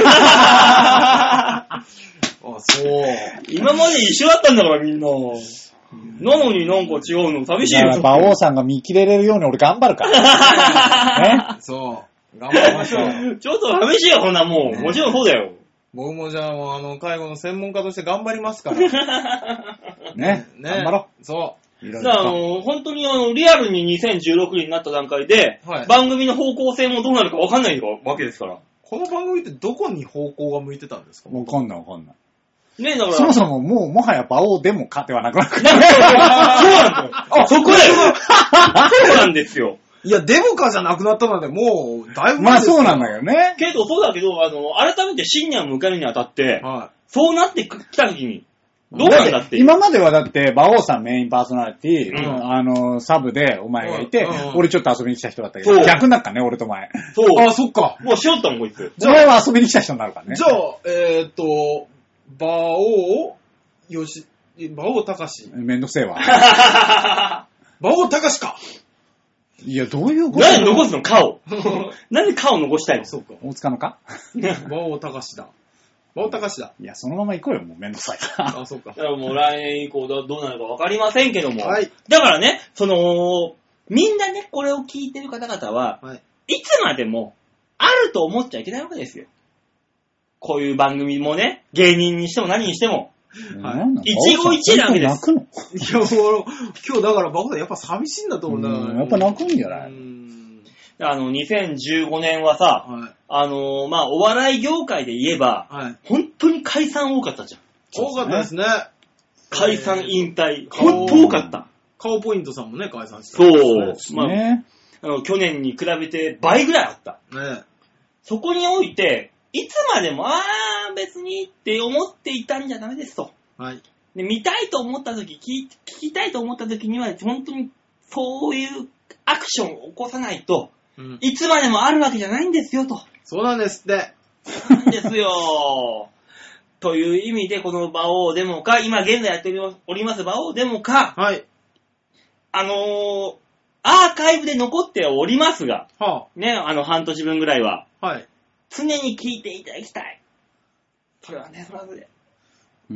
そう。 今まで一緒だったんだからみんな。なのになんか違うの寂しいよ。 馬王さんが見切れれるように俺頑張るから。 ね。そう。頑張りましょう。 ちょっと寂しいよ、こんなもう。もちろんそうだよ。 僕もじゃあ、介護の専門家として頑張りますから。 ね。頑張ろう。そう。 だから本当にリアルに2016年になった段階で、番組の方向性もどうなるか分かんないわけですから。 この番組ってどこに方向が向いてたんですか？ 分かんない。 ね、だから。 そもそももはや馬王でもかではなくなる。 そうなんですよ。そこだよ。そうなんですよ。 いや、デモカじゃなくなったので、もう、だいぶまあそうなんだけどね。 けど、そうだけど、改めて新年を迎えるにあたって、そうなってきた時に、どうなんだっていう。 今まではだって、馬王さんメインパーソナリティ、サブでお前がいて、俺ちょっと遊びに来た人だったけど、逆になっかね、俺と前。 そう。 あ、そっか。 もうしよったもん、こいつ。 お前は遊びに来た人になるからね。 じゃあ、馬王たかし。 めんどくせえわ。 馬王たかしか。 いや、どういうこと？ 何残すの顔。なんで顔残したいの？ そうか。 大塚のか？ 馬王たかしだ。馬王たかしだ。 いや、そのまま行こうよ、もうめんどくさいから。 あ、そうか。 だからもう来年以降どうなるかわかりませんけども。 はい。 だからね、みんなね、これを聞いてる方々は、いつまでもあると思っちゃいけないわけですよ。こういう番組もね、芸人にしても何にしても。一期一会なわけです。 泣くの？ いや、もう、今日だから馬王さんやっぱ寂しいんだと思うんだから。 やっぱ泣くんじゃない？ 2015年はさ、お笑い業界で言えば、本当に解散多かったじゃん。 多かったですね。 解散引退、本当多かった。 顔ポイントさんもね、解散してた。そう。去年に比べて倍ぐらいあった。 ね。 そこにおいて、いつまでも、別にって思っていたんじゃダメですと。 はい。 で、見たいと思った時、聞きたいと思った時には、本当にそういうアクションを起こさないと、いつまでもあるわけじゃないんですよと。 そうなんですって。 そうなんですよ。という意味で、この馬王デモか、今現在やっております馬王デモか、 はい。 アーカイブで残っておりますが、ね、半年分ぐらいは、 はい。 常に聞いていただきたい。それはね、それはそれで。 うん。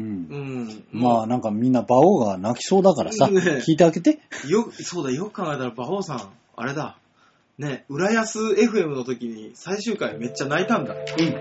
まあなんかみんな馬王が泣きそうだからさ、聞いてあげて。 そうだ、よく考えたら馬王さん、あれだ。ね、浦安 FM の時に最終回めっちゃ泣いたんだ。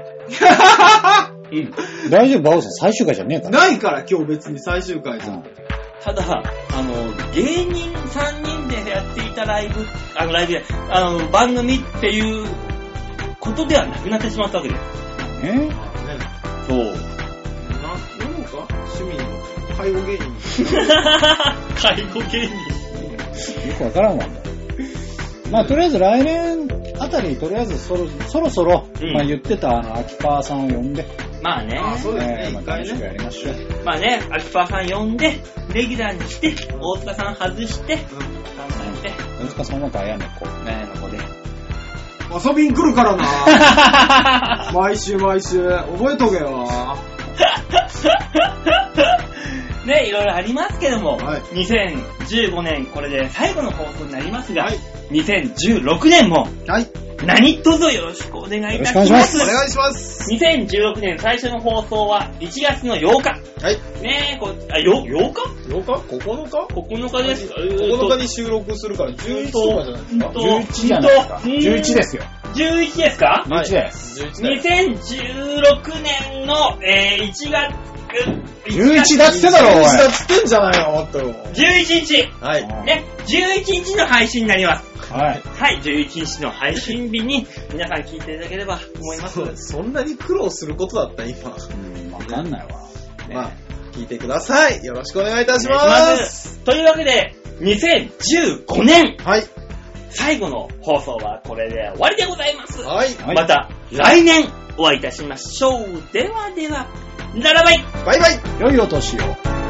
大丈夫、馬王さん最終回じゃねえから。 ないから今日別に最終回じゃん。 ただ、芸人3人でやっていたライブで、番組っていうことではなくなってしまったわけです。そう。 なんか趣味の介護芸人。 介護芸人。 よくわからんわ。まあとりあえず来年あたり、とりあえずそろそろ、まあ言ってた秋川さんを呼んで。 まあね。 そうですね。 まあ楽しくやりましょう。 まあね、秋川さん呼んで、レギュラーにして、大塚さん外して、 大塚さんはガヤの子。 ガヤの子で。 遊びに来るからな毎週、覚えとけよね、いろいろありますけども、はい、2015年これで最後の放送になりますが、はい、2016年も、はい、何卒よろしくお願いいたします。 お願いします。 2016年最初の放送は1月の8日。はい。ねえ、8日 ?8 日 ?9 日 ?9 日ですか。 9日に収録するから11とかじゃないですか。 11じゃないですか。11ですよ。 11ですか ?11 です。 2016年の、1月、 11だっつってだろ、おい。 11だっつってんじゃないよ、もっと。 11日。 はい。 ね、11日の配信になります。 はい。 はい、11日の配信日に皆さん聞いていただければと思います。 そんなに苦労することだった今。 わかんないわ。 まあ、聞いてください。よろしくお願いいたします。 というわけで、2015年。 はい。 最後の放送はこれで終わりでございます。 はい。 また来年お会いいたしましょう。ではでは、ならばい。 バイバイ。 良いお年を。